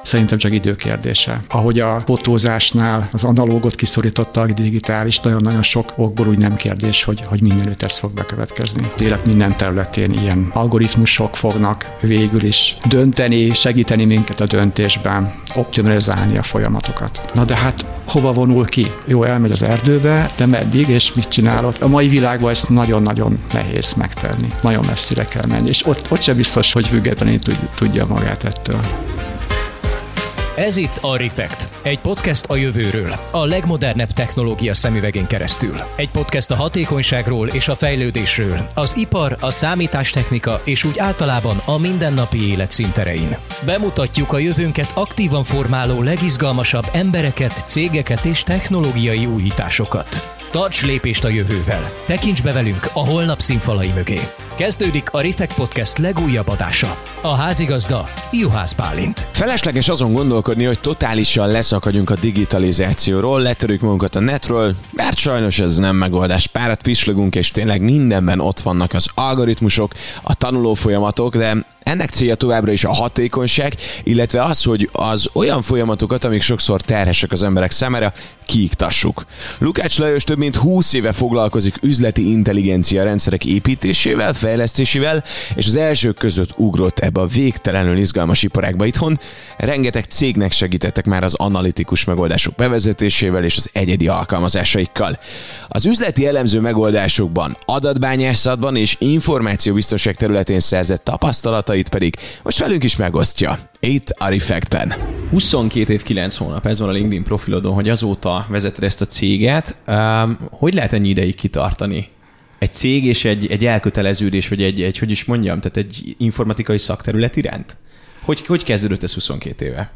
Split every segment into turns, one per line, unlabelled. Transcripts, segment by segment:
szerintem csak időkérdése. Ahogy a fotózásnál az analógot kiszorította a digitális, nagyon-nagyon sok okból úgy nem kérdés, hogy mindenütt ez fog bekövetkezni. Az élet minden területén ilyen algoritmusok fognak végül is dönteni, segíteni minket a döntésben, optimalizálni a folyamatokat. Na de hát hova vonul ki? Jó, elmegy az erdőbe, de meddig, és mit csinálod? A mai világban ezt nagyon-nagyon nehéz megtenni. Nagyon messzire kell menni, és ott sem biztos, hogy függetlenül tudja magát ettől.
Ez itt a Refekt, egy podcast a jövőről, a legmodernebb technológia szemüvegén keresztül. Egy podcast a hatékonyságról és a fejlődésről, az ipar, a számítástechnika és úgy általában a mindennapi élet színterein. Bemutatjuk a jövőnket aktívan formáló legizgalmasabb embereket, cégeket és technológiai újításokat. Tarts lépést a jövővel! Tekints be velünk a holnap színfalai mögé! Kezdődik a Refekt Podcast legújabb adása. A házigazda Juhász Bálint.
Felesleges azon gondolkodni, hogy totálisan leszakadjunk a digitalizációról, letörjük magunkat a netről, mert sajnos ez nem megoldás. Párat pislogunk, és tényleg mindenben ott vannak az algoritmusok, a tanuló folyamatok, de ennek célja továbbra is a hatékonyság, illetve az, hogy az olyan folyamatokat, amik sokszor terhesek az emberek számára, kiiktassuk. Lukács Lajos több mint 20 éve foglalkozik üzleti intelligencia rendszerek építésével, fejlesztésével, és az elsők között ugrott ebbe a végtelenül izgalmas iparágba itthon. Rengeteg cégnek segítettek már az analitikus megoldások bevezetésével és az egyedi alkalmazásaikkal. Az üzleti elemző megoldásokban, adatbányászatban és információbiztonság területén szerzett tapasztalatait pedig most velünk is megosztja. Itt a Refektben.
22 év 9 hónap, ez van a LinkedIn profilodon, hogy azóta vezeted ezt a céget. Hogy lehet ennyi ideig kitartani? Egy cég és egy elköteleződés, vagy egy hogy is mondjam, tehát egy informatikai szakterület iránt? Hogy kezdődött ez 22 éve?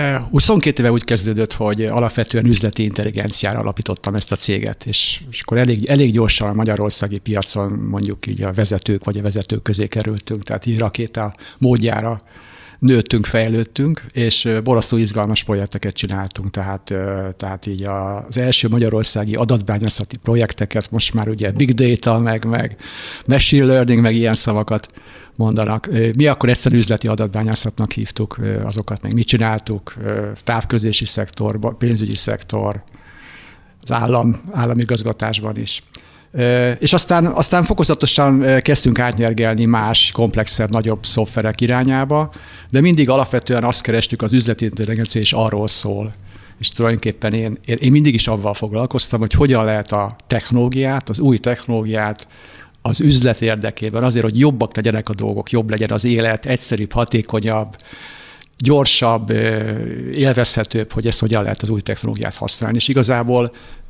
22 éve úgy kezdődött, hogy alapvetően üzleti intelligenciára alapítottam ezt a céget, és akkor elég gyorsan a magyarországi piacon mondjuk így a vezetők vagy a vezetők közé kerültünk, tehát így rakéta módjára nőttünk, fejlődtünk, és borzasztó izgalmas projekteket csináltunk, tehát így az első magyarországi adatbányászati projekteket, most már ugye big data, meg machine learning, meg ilyen szavakat mondanak. Mi akkor egyszerű üzleti adatbányászatnak hívtuk azokat, meg mit csináltuk, távközlési szektor, pénzügyi szektor, az államigazgatásban is. És aztán fokozatosan kezdtünk átnyergelni más, komplexebb, nagyobb szoftverek irányába, de mindig alapvetően azt kerestük, az üzleti intelligencia és arról szól. És tulajdonképpen én mindig is avval foglalkoztam, hogy hogyan lehet a technológiát, az új technológiát az üzlet érdekében, azért, hogy jobbak legyenek a dolgok, jobb legyen az élet, egyszerűbb, hatékonyabb, gyorsabb, élvezhetőbb, hogy ezt hogyan lehet az új technológiát használni. És igazából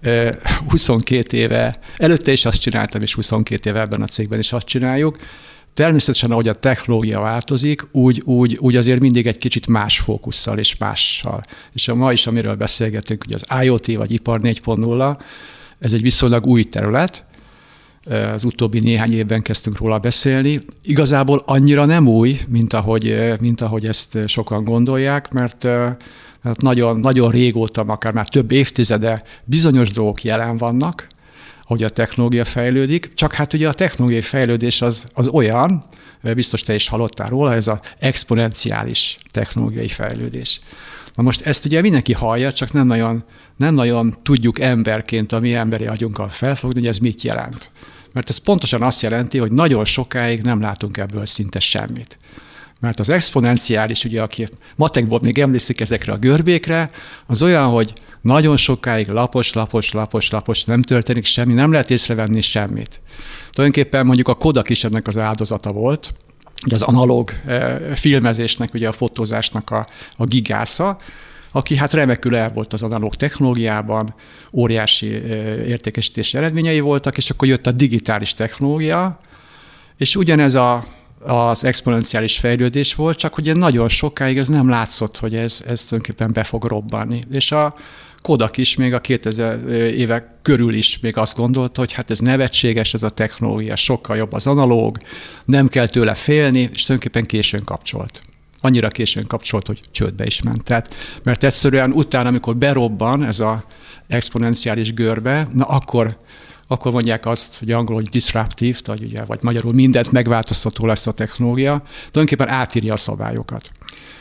22 éve, előtte is azt csináltam, és 22 éve ebben a cégben is azt csináljuk. Természetesen, ahogy a technológia változik, úgy azért mindig egy kicsit más fókusszal és mással. És ma is, amiről beszélgetünk, ugye az IoT vagy Ipar 4.0, ez egy viszonylag új terület. Az utóbbi néhány évben kezdtünk róla beszélni. Igazából annyira nem új, mint ahogy ezt sokan gondolják, mert nagyon, nagyon régóta, akár már több évtizede bizonyos dolgok jelen vannak, hogy a technológia fejlődik, csak hát ugye a technológiai fejlődés az olyan, biztos te is hallottál róla, ez az exponenciális technológiai fejlődés. Na most ezt ugye mindenki hallja, csak nem nagyon tudjuk emberként, a mi emberi agyunkkal felfogni, hogy ez mit jelent. Mert ez pontosan azt jelenti, hogy nagyon sokáig nem látunk ebből szinte semmit. Mert az exponenciális, ugye, aki matekból még emlékszik ezekre a görbékre, az olyan, hogy nagyon sokáig lapos, nem történik semmi, nem lehet észrevenni semmit. Tulajdonképpen mondjuk a Kodak is ennek az áldozata volt, ugye az analóg filmezésnek, ugye a fotózásnak a gigásza, aki hát remekül el volt az analóg technológiában, óriási értékesítési eredményei voltak, és akkor jött a digitális technológia, és ugyanez az exponenciális fejlődés volt, csak ugye nagyon sokáig ez nem látszott, hogy ez tulajdonképpen be fog robbanni. És a Kodak is még a 2000 évek körül is még azt gondolta, hogy hát ez nevetséges, ez a technológia, sokkal jobb az analóg, nem kell tőle félni, és tulajdonképpen későn kapcsolt. Annyira későn kapcsolt, hogy csődbe is ment. Tehát, mert egyszerűen utána, amikor berobban ez az exponenciális görbe, na akkor mondják azt, hogy angolul, hogy disruptív, vagy magyarul mindent megváltoztató lesz a technológia, tulajdonképpen átírja a szabályokat.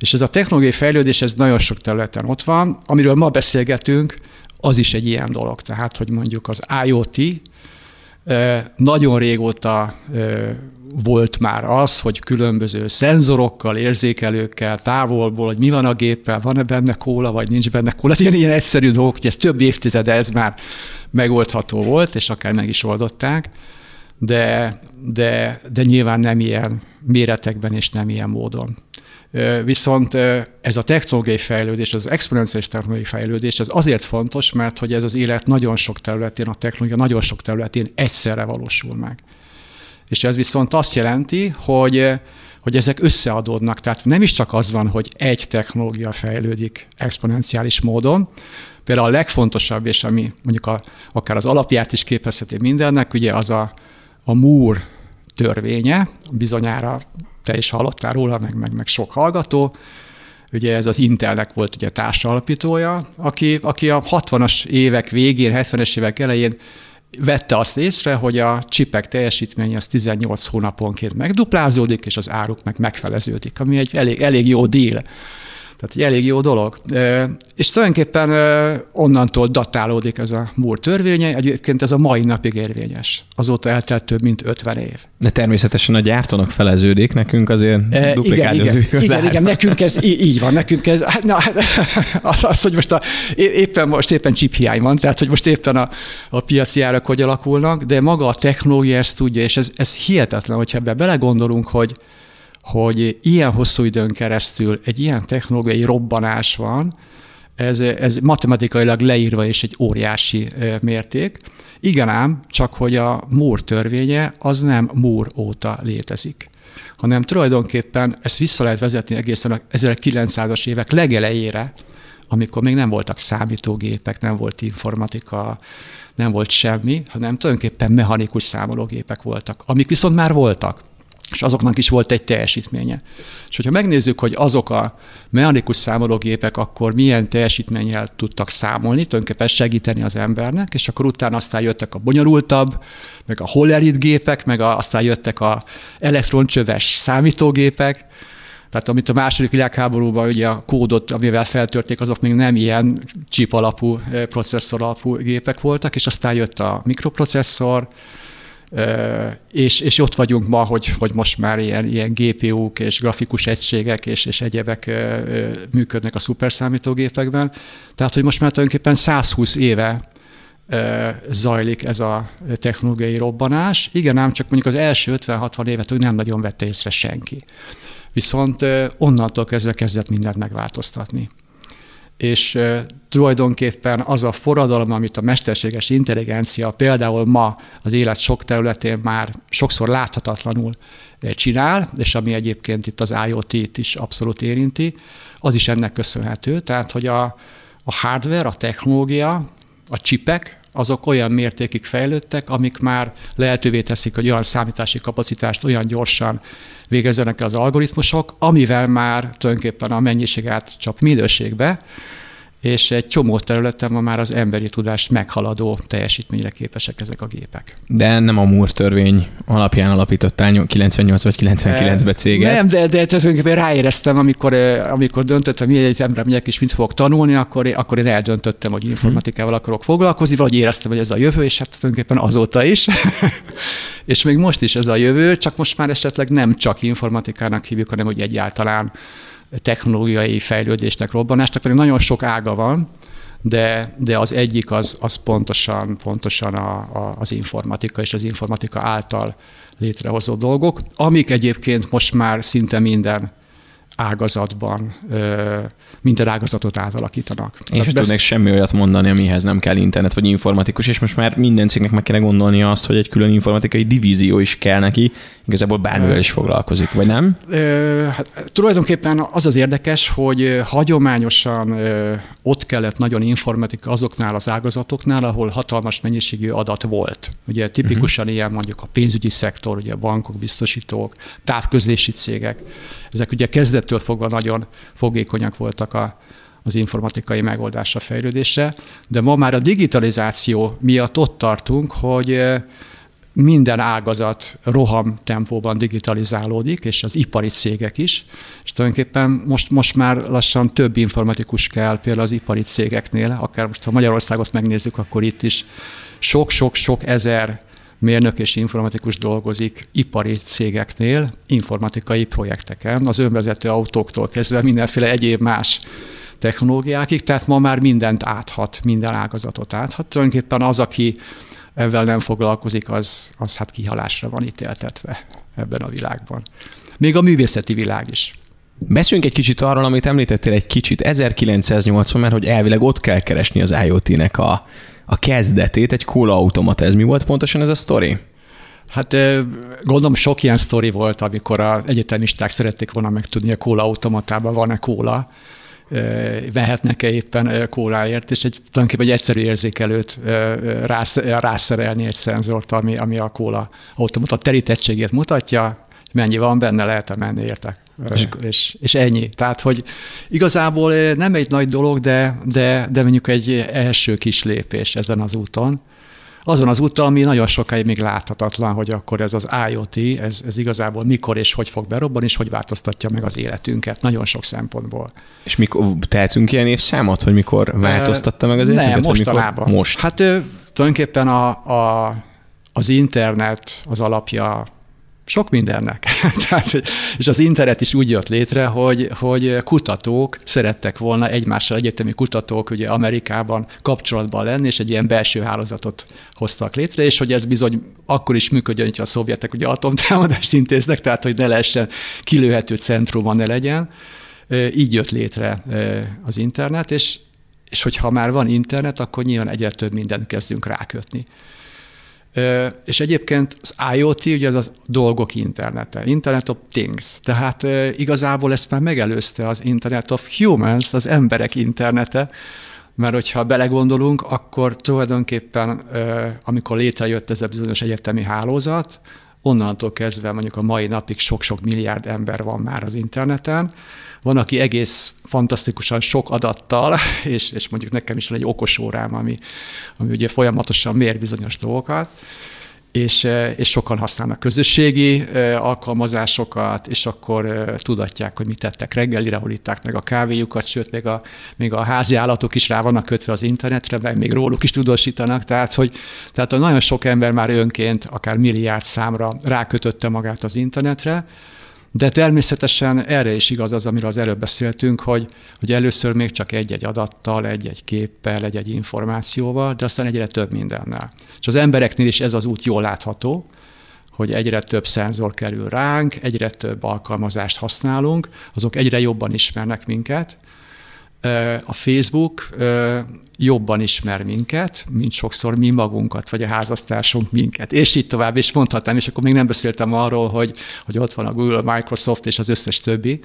És ez a technológiai fejlődés, ez nagyon sok területen ott van. Amiről ma beszélgetünk, az is egy ilyen dolog. Tehát, hogy mondjuk az IoT nagyon régóta volt már az, hogy különböző szenzorokkal, érzékelőkkel, távolból, hogy mi van a géppel, van-e benne kóla, vagy nincs benne kóla. Ilyen egyszerű dolgok, hogy ez több évtizede ez már megoldható volt, és akár meg is oldották, de nyilván nem ilyen méretekben és nem ilyen módon. Viszont ez a technológiai fejlődés, az exponenciális technológiai fejlődés, ez azért fontos, mert hogy ez az élet nagyon sok területén, a technológia nagyon sok területén egyszerre valósul meg. És ez viszont azt jelenti, hogy ezek összeadódnak. Tehát nem is csak az van, hogy egy technológia fejlődik exponenciális módon. Például a legfontosabb, és ami mondjuk akár az alapját is képezheti mindennek, ugye az a Moore törvénye, bizonyára te is hallottál róla, meg sok hallgató. Ugye ez az Intelnek volt ugye társalapítója, aki a 60-as évek végén, 70-es évek elején vette azt észre, hogy a csipek teljesítménye az 18 hónaponként megduplázódik, és az áruk meg megfeleződik, ami egy elég jó deal. Tehát egy elég jó dolog. És tulajdonképpen onnantól datálódik ez a Moore törvénye, egyébként ez a mai napig érvényes. Azóta eltelt több mint 50 év.
De természetesen a gyártónak feleződik, nekünk azért duplikálódik az ár.
Igen, nekünk ez így van, nekünk ez, az, hogy most éppen chip hiány van, tehát hogy most éppen a piaci árak hogy alakulnak, de maga a technológia ezt tudja, és ez hihetetlen, hogyha ebbe belegondolunk, hogy ilyen hosszú időn keresztül egy ilyen technológiai robbanás van, ez matematikailag leírva is egy óriási mérték. Igen ám, csak hogy a Moore törvénye az nem Moore óta létezik, hanem tulajdonképpen ezt vissza lehet vezetni egészen a 1900-as évek legelejére, amikor még nem voltak számítógépek, nem volt informatika, nem volt semmi, hanem tulajdonképpen mechanikus számológépek voltak, amik viszont már voltak. És azoknak is volt egy teljesítménye. És hogyha megnézzük, hogy azok a mechanikus számológépek akkor milyen teljesítménnyel tudtak számolni, tulajdonképpen segíteni az embernek, és akkor utána aztán jöttek a bonyolultabb, meg a Hollerith gépek, meg aztán jöttek a elektroncsöves számítógépek, tehát amit a második világháborúban ugye a kódot, amivel feltörték, azok még nem ilyen chip alapú, processzor alapú gépek voltak, és aztán jött a mikroprocesszor, és ott vagyunk ma, hogy most már ilyen GPU-k és grafikus egységek és egyebek működnek a szuperszámítógépekben. Tehát, hogy most már tulajdonképpen 120 éve zajlik ez a technológiai robbanás. Igen, ám csak mondjuk az első 50-60 évet úgy nem nagyon vette észre senki. Viszont onnantól kezdve kezdett mindent megváltoztatni. És tulajdonképpen az a forradalom, amit a mesterséges intelligencia például ma az élet sok területén már sokszor láthatatlanul csinál, és ami egyébként itt az IoT-t is abszolút érinti, az is ennek köszönhető. Tehát, hogy a hardware, a technológia, a csipek, azok olyan mértékig fejlődtek, amik már lehetővé teszik, hogy olyan számítási kapacitást olyan gyorsan végezzenek az algoritmusok, amivel már tulajdonképpen a mennyiség átcsap minőségbe, és egy csomó területen ma már az emberi tudást meghaladó teljesítményre képesek ezek a gépek.
De nem a Moore törvény alapján alapítottál 98 vagy 99-ben céget.
Nem, de tulajdonképpen ráéreztem, amikor döntöttem, hogy egyetemre megyek és mit fogok tanulni, akkor én eldöntöttem, hogy informatikával akarok foglalkozni, vagy éreztem, hogy ez a jövő, és hát tulajdonképpen azóta is. És még most is ez a jövő, csak most már esetleg nem csak informatikának hívjuk, hanem hogy egyáltalán technológiai fejlődésnek, robbanásnak, pedig nagyon sok ága van, de az egyik az pontosan az informatika és az informatika által létrehozott dolgok, amik egyébként most már szinte minden ágazatban, minden ágazatot átalakítanak.
Én sem tudnék semmi olyat mondani, amihez nem kell internet vagy informatikus, és most már minden cégnek meg kellene gondolnia azt, hogy egy külön informatikai divízió is kell neki, igazából bármivel is foglalkozik, vagy nem?
Hát, tulajdonképpen az az érdekes, hogy hagyományosan ott kellett nagyon informatika azoknál az ágazatoknál, ahol hatalmas mennyiségű adat volt. Ugye tipikusan ilyen mondjuk a pénzügyi szektor, ugye a bankok, biztosítók, távközlési cégek. Ezek ugye kezdettől fogva nagyon fogékonyak voltak az informatikai megoldásra, fejlődésre, de ma már a digitalizáció miatt ott tartunk, hogy minden ágazat rohamtempóban digitalizálódik, és az ipari cégek is, és tulajdonképpen most már lassan több informatikus kell például az ipari cégeknél, akár most ha Magyarországot megnézzük, akkor itt is sok ezer mérnök és informatikus dolgozik ipari cégeknél, informatikai projekteken, az önvezető autóktól kezdve mindenféle egyéb más technológiákig, tehát ma már mindent áthat, minden ágazatot áthat. Tulajdonképpen az, aki ezzel nem foglalkozik, az hát kihalásra van ítéltetve ebben a világban. Még a művészeti világ is.
Beszéljünk egy kicsit arról, amit említettél egy kicsit, 1980, mert hogy elvileg ott kell keresni az IoT-nek a kezdetét, egy kólaautomata. Ez mi volt pontosan ez a sztori?
Hát gondolom sok ilyen sztori volt, amikor az egyetemisták szerették volna megtudni, a kólaautomatában van-e kóla, vehetnek-e éppen kóláért, és tulajdonképpen egy egyszerű érzékelőt rászerelni egy szenzort, ami a kóla automata terítettségét mutatja, mennyi van benne, lehet menni érte. És ennyi. Tehát, hogy igazából nem egy nagy dolog, de mondjuk egy első kis lépés ezen az úton. Azon az úton, ami nagyon sokáig még láthatatlan, hogy akkor ez az IoT, ez igazából mikor és hogy fog berobbanni, és hogy változtatja meg az életünket nagyon sok szempontból.
És mikor tehetünk ilyen évszámot, hogy mikor változtatta meg az életünket?
Nem, mostanában.
Most?
Hát tulajdonképpen az internet az alapja sok mindennek. És az internet is úgy jött létre, hogy kutatók szerettek volna egymással, egyetemi kutatók ugye Amerikában kapcsolatban lenni, és egy ilyen belső hálózatot hoztak létre, és hogy ez bizony akkor is működjön, hogy a szovjetek ugye atomtámadást intéznek, tehát hogy ne lehessen kilőhető centrumban ne legyen. Így jött létre az internet, és hogyha már van internet, akkor nyilván egyre több mindent kezdünk rákötni. És egyébként az IoT, ugye az dolgok internete, Internet of Things, tehát igazából ezt már megelőzte az Internet of Humans, az emberek internete, mert hogyha belegondolunk, akkor tulajdonképpen, amikor létrejött ez a bizonyos egyetemi hálózat, onnantól kezdve mondjuk a mai napig sok-sok milliárd ember van már az interneten. Van, aki egész fantasztikusan sok adattal, és mondjuk nekem is van egy okos órám, ami ugye folyamatosan mér bizonyos dolgokat, és sokan használnak közösségi alkalmazásokat, és akkor tudatják, hogy mit tettek reggelire, hol itták meg a kávéjukat, sőt, még a házi állatok is rá vannak kötve az internetre, meg még róluk is tudósítanak, tehát nagyon sok ember már önként, akár milliárd számra rákötötte magát az internetre, de természetesen erre is igaz az, amiről az előbb beszéltünk, hogy először még csak egy-egy adattal, egy-egy képpel, egy-egy információval, de aztán egyre több mindennel. És az embereknél is ez az út jól látható, hogy egyre több szenzor kerül ránk, egyre több alkalmazást használunk, azok egyre jobban ismernek minket. A Facebook jobban ismer minket, mint sokszor mi magunkat, vagy a házastársunk minket, és így tovább, és mondhatnám, és akkor még nem beszéltem arról, hogy ott van a Google, Microsoft és az összes többi,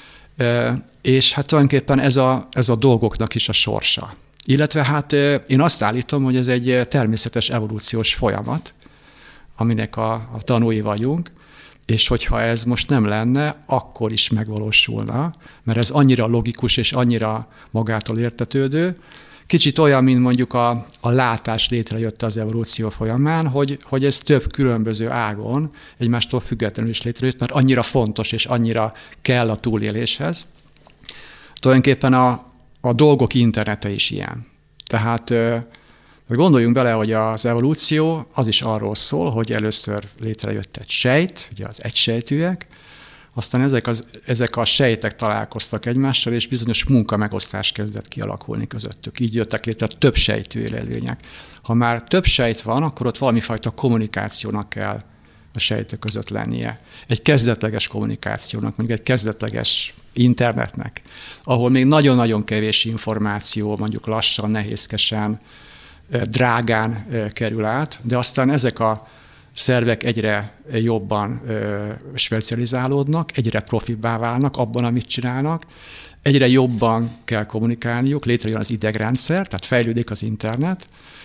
és hát tulajdonképpen ez a dolgoknak is a sorsa. Illetve hát én azt állítom, hogy ez egy természetes evolúciós folyamat, aminek a tanúi vagyunk, és hogyha ez most nem lenne, akkor is megvalósulna, mert ez annyira logikus és annyira magától értetődő. Kicsit olyan, mint mondjuk a látás létrejött az evolúció folyamán, hogy ez több különböző ágon egymástól függetlenül is létrejött, mert annyira fontos és annyira kell a túléléshez. Tulajdonképpen a dolgok internete is ilyen. Tehát gondoljunk bele, hogy az evolúció az is arról szól, hogy először létrejött egy sejt, ugye az egysejtűek, aztán ezek a sejtek találkoztak egymással, és bizonyos munkamegosztás kezdett kialakulni közöttük. Így jöttek létre a több sejtű élőlények. Ha már több sejt van, akkor ott valamifajta kommunikációnak kell a sejtek között lennie. Egy kezdetleges kommunikációnak, mondjuk egy kezdetleges internetnek, ahol még nagyon-nagyon kevés információ, mondjuk lassan, nehézkesen, drágán kerül át, de aztán ezek a szervek egyre jobban specializálódnak, egyre profibbá válnak abban, amit csinálnak, egyre jobban kell kommunikálniuk, létrejön az idegrendszer, tehát fejlődik az internet,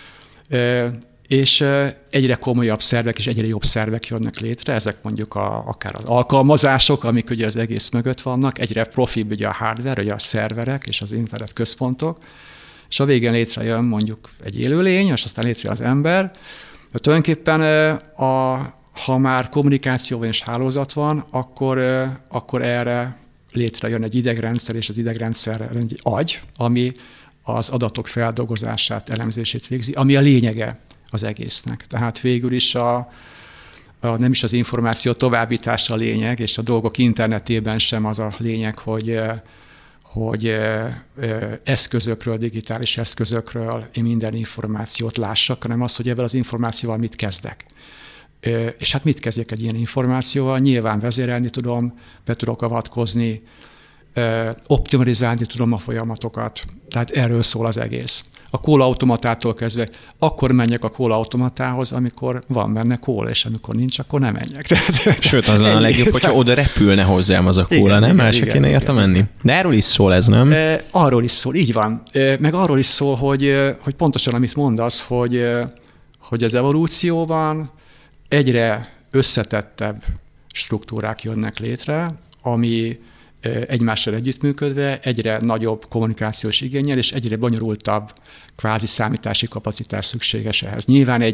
és egyre komolyabb szervek és egyre jobb szervek jönnek létre, ezek mondjuk akár az alkalmazások, amik ugye az egész mögött vannak, egyre profibb ugye a hardware, ugye a szerverek és az internet központok, és a végén létrejön mondjuk egy élőlény, és aztán létrejön az ember, Tulajdonképpen ha már kommunikáció és hálózat van, akkor erre létrejön egy idegrendszer, és az idegrendszer egy agy, ami az adatok feldolgozását, elemzését végzi, ami a lényege az egésznek. Tehát végül is nem is az információ továbbítása a lényeg, és a dolgok internetében sem az a lényeg, hogy eszközökről, digitális eszközökről én minden információt lássak, hanem az, hogy ebben az információval mit kezdek. És hát mit kezdjek egy ilyen információval? Nyilván vezérelni tudom, be tudok avatkozni, optimalizálni tudom a folyamatokat. Tehát erről szól az egész. A kólaautomatától kezdve, akkor menjek a kólaautomatához, amikor van benne kóla, és amikor nincs, akkor nem menjek.
Sőt, az lenne a legjobb, hogyha oda repülne hozzám az a kóla, nem? El se kéne érte menni. De erről is szól ez, nem?
Arról is szól, így van. Meg arról is szól, hogy pontosan amit mondasz, hogy az evolúcióban egyre összetettebb struktúrák jönnek létre, ami egymással együttműködve egyre nagyobb kommunikációs igénnyel és egyre bonyolultabb kvázi számítási kapacitás szükséges ehhez. Nyilván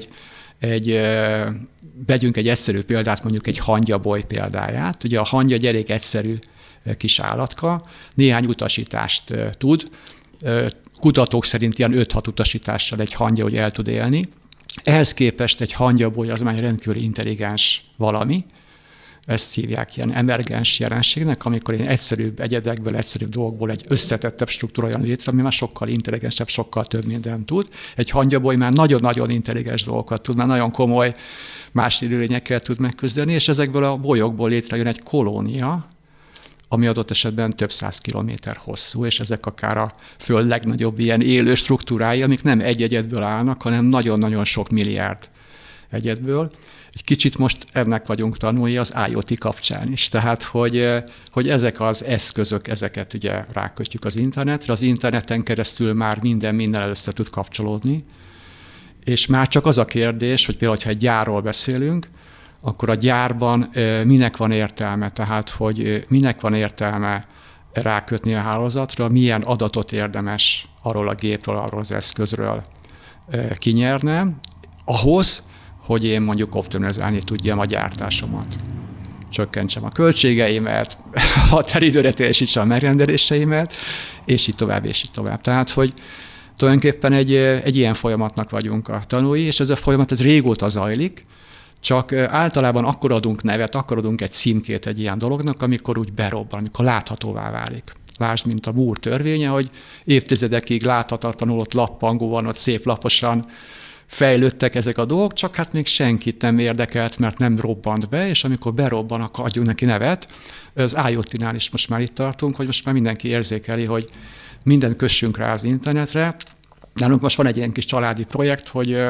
vegyünk egy egyszerű példát, mondjuk egy hangyaboly példáját. Ugye a hangya egy elég egyszerű kis állatka, néhány utasítást tud. Kutatók szerint ilyen 5-6 utasítással egy hangya hogy el tud élni. Ehhez képest egy hangyaboly az már egy rendkívül intelligens valami. Ezt hívják ilyen emergens jelenségnek, amikor én egyszerűbb egyedekből, egyszerűbb dolgokból egy összetettebb struktúra jön létre, ami már sokkal intelligensebb, sokkal több mindent tud. Egy hangyaboly már nagyon-nagyon intelligens dolgokat tud, már nagyon komoly más élőlényekkel tud megküzdeni, és ezekből a bolyokból létrejön egy kolónia, ami adott esetben több 100 kilométer hosszú, és ezek akár a Föld legnagyobb ilyen élő struktúrái, amik nem egy egyedből állnak, hanem nagyon-nagyon sok milliárd egyedből. Egy kicsit most ennek vagyunk tanulni az IoT kapcsán is. Tehát, hogy ezek az eszközök, ezeket ugye rákötjük az internetre, az interneten keresztül már minden össze tud kapcsolódni, és már csak az a kérdés, hogy például, ha egy gyárról beszélünk, akkor a gyárban minek van értelme, tehát, hogy minek van értelme rákötni a hálózatra, milyen adatot érdemes arról a gépről, arról az eszközről kinyerne, ahhoz, hogy én mondjuk optimalizálni tudjam a gyártásomat. Csökkentsem a költségeimet, határidőre teljesítsem a megrendeléseimet, és így tovább, és így tovább. Tehát, hogy tulajdonképpen egy ilyen folyamatnak vagyunk a tanúi, és ez a folyamat ez régóta zajlik, csak általában akkor adunk nevet, akkor adunk egy címkét egy ilyen dolognak, amikor úgy berobban, amikor láthatóvá válik. Lásd, mint a Moore törvénye, hogy évtizedekig láthatatlanul ott lappangóan, ott szép laposan fejlődtek ezek a dolgok, csak hát még senkit nem érdekelt, mert nem robbant be, és amikor berobban, akkor adjunk neki nevet. Az IoT-nál is most már itt tartunk, hogy most már mindenki érzékeli, hogy mindent kössünk rá az internetre. Nálunk most van egy ilyen kis családi projekt, hogy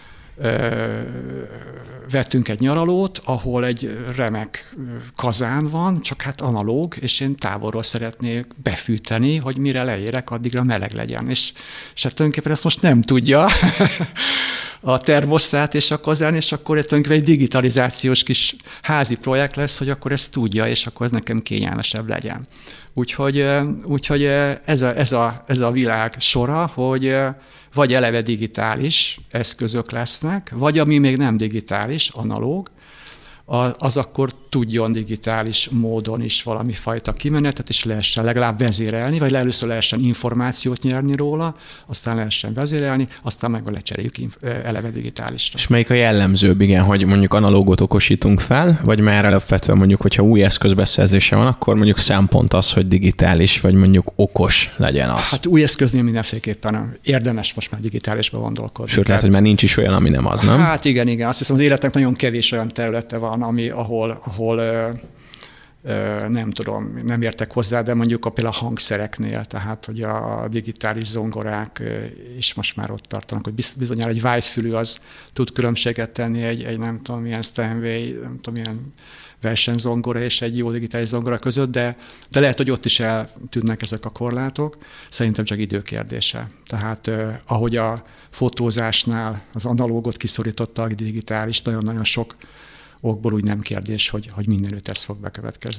vettünk egy nyaralót, ahol egy remek kazán van, csak hát analóg, és én távolról szeretnék befűteni, hogy mire leérek, addigra meleg legyen. És hát tulajdonképpen ezt most nem tudja a termosztát és a kazán, és akkor tulajdonképpen egy digitalizációs kis házi projekt lesz, hogy akkor ezt tudja, és akkor ez nekem kényelmesebb legyen. Úgyhogy ez a világ sora, hogy vagy eleve digitális eszközök lesznek, vagy ami még nem digitális, analóg, az akkor tudjon digitális módon is valami fajta kimenetet, és lehessen legalább vezérelni, vagy először lehessen információt nyerni róla, aztán lehessen vezérelni, aztán meg lecseréljük eleve digitálisra.
És melyik a jellemzőbb, igen, hogy mondjuk analógot okosítunk fel, vagy már alapvetően mondjuk, hogyha új eszközbeszerzése van, akkor mondjuk szempont az, hogy digitális, vagy mondjuk okos legyen az?
Hát új eszköznél mindenféleképpen érdemes most már digitálisba gondolkodni.
Sőt, lehet, hogy már nincs is olyan, ami nem az, nem?
Hát igen. Azt hiszem, az életnek nagyon kevés olyan területe van, ahol nem tudom, nem értek hozzá, de mondjuk például a hangszereknél, tehát hogy a digitális zongorák is most már ott tartanak, hogy bizonyára egy whitefülű az tud különbséget tenni egy nem tudom milyen Steinway, nem tudom milyen versenyzongora és egy jó digitális zongora között, de lehet, hogy ott is eltűnnek ezek a korlátok. Szerintem csak időkérdése. Tehát ahogy a fotózásnál az analógot kiszorította a digitális, nagyon-nagyon sok okból úgy nem kérdés, hogy mindenütt ez fog bekövetkezni.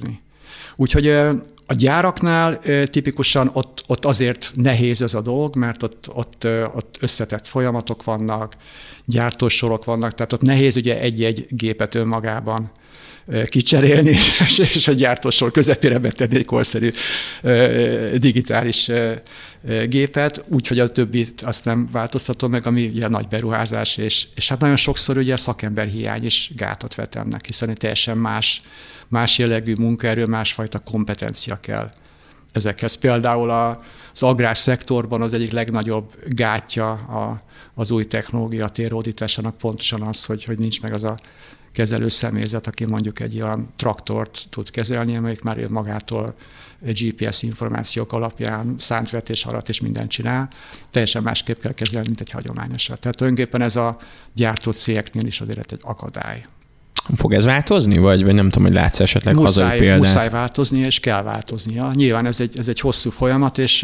Úgyhogy a gyáraknál tipikusan ott azért nehéz ez a dolog, mert ott összetett folyamatok vannak, gyártósorok vannak, tehát ott nehéz ugye egy-egy gépet önmagában kicserélni, és a gyártósor közepére betenni egy korszerű digitális gépet, úgyhogy a többit azt nem változtatom meg, ami ugye nagy beruházás, és hát nagyon sokszor ugye személyhiány is gátat vet ennek, hiszen egy teljesen más jellegű munkaerő, másfajta kompetencia kell ezekhez. Például az agrárszektorban az egyik legnagyobb gátja az új technológia téródításának pontosan az, hogy nincs meg az a kezelő személyzet, aki mondjuk egy olyan traktort tud kezelni, amelyik már magától GPS információk alapján szántvetés alatt és mindent csinál. Teljesen másképp kell kezelni, mint egy hagyományosat. Tehát tulajdonképpen ez a gyártó cégeknél is azért egy akadály.
Fog ez változni, vagy nem tudom, hogy látsz esetleg hazai példát?
Muszáj változni, és kell változnia. Nyilván ez egy hosszú folyamat, és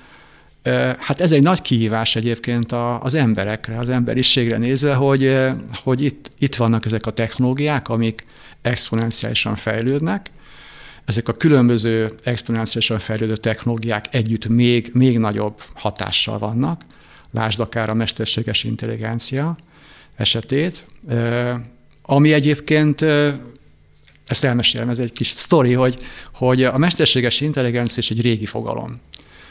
hát ez egy nagy kihívás egyébként az emberekre, az emberiségre nézve, hogy itt vannak ezek a technológiák, amik exponenciálisan fejlődnek. Ezek a különböző exponenciálisan fejlődő technológiák együtt még nagyobb hatással vannak. Lásd akár a mesterséges intelligencia esetét, ami egyébként, ezt elmesélem, ez egy kis sztori, hogy a mesterséges intelligencia is egy régi fogalom.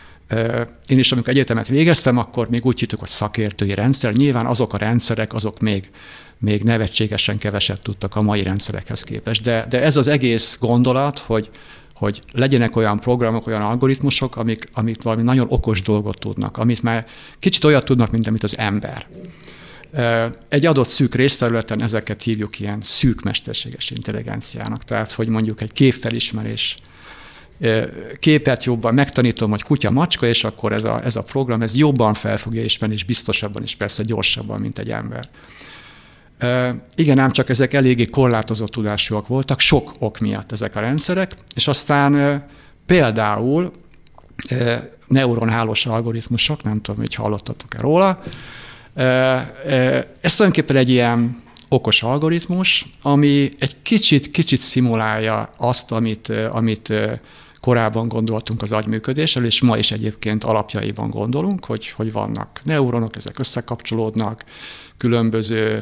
Én is, amikor egyetemet végeztem, akkor még úgy hittük, hogy szakértői rendszer. Nyilván azok a rendszerek, azok még nevetségesen keveset tudtak a mai rendszerekhez képest. De ez az egész gondolat, hogy legyenek olyan programok, olyan algoritmusok, amik valami nagyon okos dolgot tudnak, amit már kicsit olyat tudnak, mint amit az ember. Egy adott szűk részterületen ezeket hívjuk ilyen szűk mesterséges intelligenciának. Tehát, hogy mondjuk egy képfelismerés, képet jobban megtanítom, hogy kutya, macska, és akkor ez a program ez jobban fel fogja ismerni, és biztosabban, és persze gyorsabban, mint egy ember. Igen, ám csak ezek eléggé korlátozott tudásúak voltak, sok ok miatt ezek a rendszerek, és aztán például neuronhálós algoritmusok, nem tudom, hogy hallottatok-e róla, ez tulajdonképpen egy ilyen okos algoritmus, ami egy kicsit szimulálja azt, amit korábban gondoltunk az agyműködésről, és ma is egyébként alapjaiban gondolunk, hogy vannak neuronok, ezek összekapcsolódnak, különböző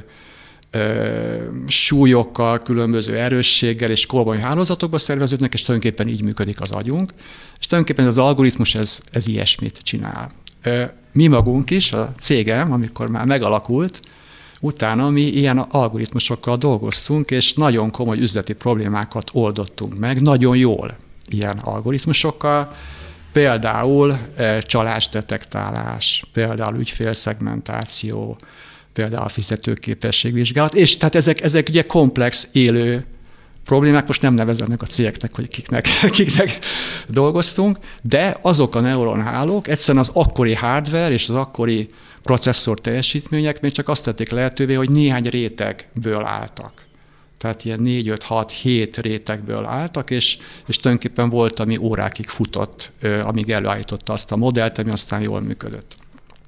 súlyokkal, különböző erősséggel és korbony hálózatokba szerveződnek, és tulajdonképpen így működik az agyunk. És tulajdonképpen az algoritmus ez ilyesmit csinál. Mi magunk is, a cégem, amikor már megalakult, utána mi ilyen algoritmusokkal dolgoztunk, és nagyon komoly üzleti problémákat oldottunk meg, nagyon jól ilyen algoritmusokkal, például csalásdetektálás, például ügyfélszegmentáció, például fizetőképességvizsgálat, és tehát ezek ugye komplex, élő problémák, most nem neveznek a cégeknek, hogy kiknek dolgoztunk, de azok a neuronhálók egyszerűen az akkori hardware és az akkori processzor teljesítmények még csak azt tették lehetővé, hogy néhány rétegből álltak. Tehát ilyen 4, 5, 6, 7 rétegből álltak, és tulajdonképpen volt, ami órákig futott, amíg előállította azt a modellt, ami aztán jól működött.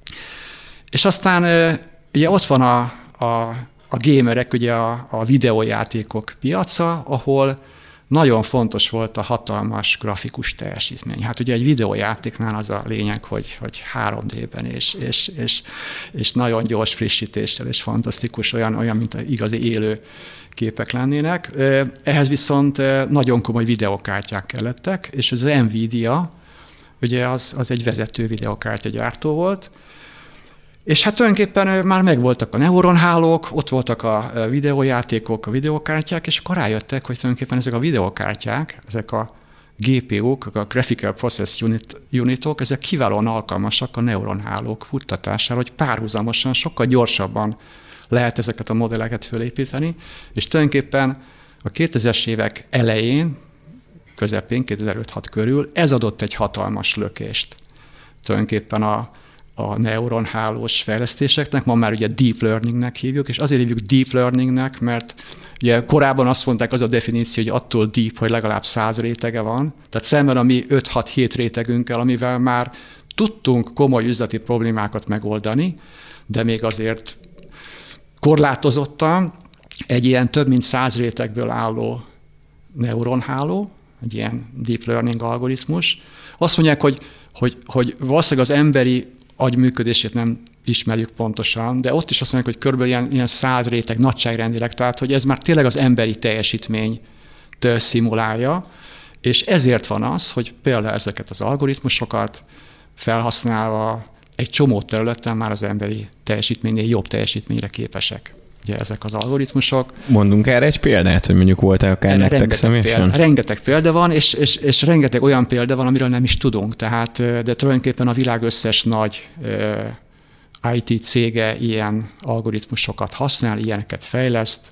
És aztán ugye ott van a gamerek, ugye a videójátékok piaca, ahol nagyon fontos volt a hatalmas grafikus teljesítmény. Hát ugye egy videójátéknál az a lényeg, hogy 3D-ben és nagyon gyors frissítéssel, és fantasztikus, olyan mint igazi élő képek lennének. Ehhez viszont nagyon komoly videokártyák kellettek, és az Nvidia, ugye az egy vezető videokártyagyártó volt, és hát tulajdonképpen már megvoltak a neuronhálók, ott voltak a videójátékok, a videókártyák, és akkor rájöttek, hogy tulajdonképpen ezek a videókártyák, ezek a GPU-k, a Graphical Process Unitok, ezek kiválóan alkalmasak a neuronhálók futtatására, hogy párhuzamosan, sokkal gyorsabban lehet ezeket a modelleket fölépíteni, és tulajdonképpen a 2000-es évek elején, közepén, 2005-6 körül ez adott egy hatalmas lökést. Tulajdonképpen a neuronhálós fejlesztéseknek, ma már ugye deep learningnek hívjuk, és azért hívjuk deep learningnek, mert ugye korábban azt mondták, az a definíció, hogy attól deep, hogy legalább 100 rétege van, tehát szemben a mi 5-6-7 rétegünkkel, amivel már tudtunk komoly üzleti problémákat megoldani, de még azért korlátozottan egy ilyen több mint 100 rétegből álló neuronháló, egy ilyen deep learning algoritmus. Azt mondják, hogy valószínűleg az emberi agy működését nem ismerjük pontosan, de ott is azt mondják, hogy körülbelül ilyen 100 réteg nagyságrendileg, tehát hogy ez már tényleg az emberi teljesítményt szimulálja, és ezért van az, hogy például ezeket az algoritmusokat felhasználva egy csomó területen már az emberi teljesítménynél jobb teljesítményre képesek. Ugye ezek az algoritmusok.
Mondunk erre egy példát, hogy mondjuk volt-e akár nektek személyesen?
Rengeteg példa van, és rengeteg olyan példa van, amiről nem is tudunk. Tehát, de tulajdonképpen a világ összes nagy IT cége ilyen algoritmusokat használ, ilyeneket fejleszt.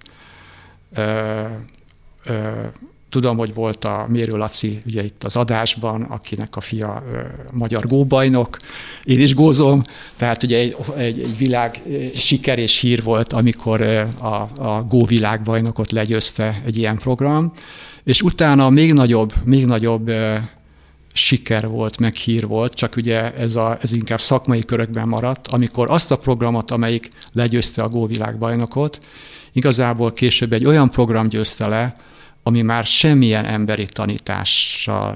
Tudom, hogy volt a Mérő Laci ugye itt az adásban, akinek a fia magyar góbajnok. Én is gózom, tehát ugye egy világ siker és hír volt, amikor a gó világbajnokot legyőzte egy ilyen program, és utána még nagyobb siker volt, meg hír volt, csak ugye ez inkább szakmai körökben maradt, amikor azt a programot, amelyik legyőzte a gó világbajnokot, igazából később egy olyan program győzte le, ami már semmilyen emberi tanítással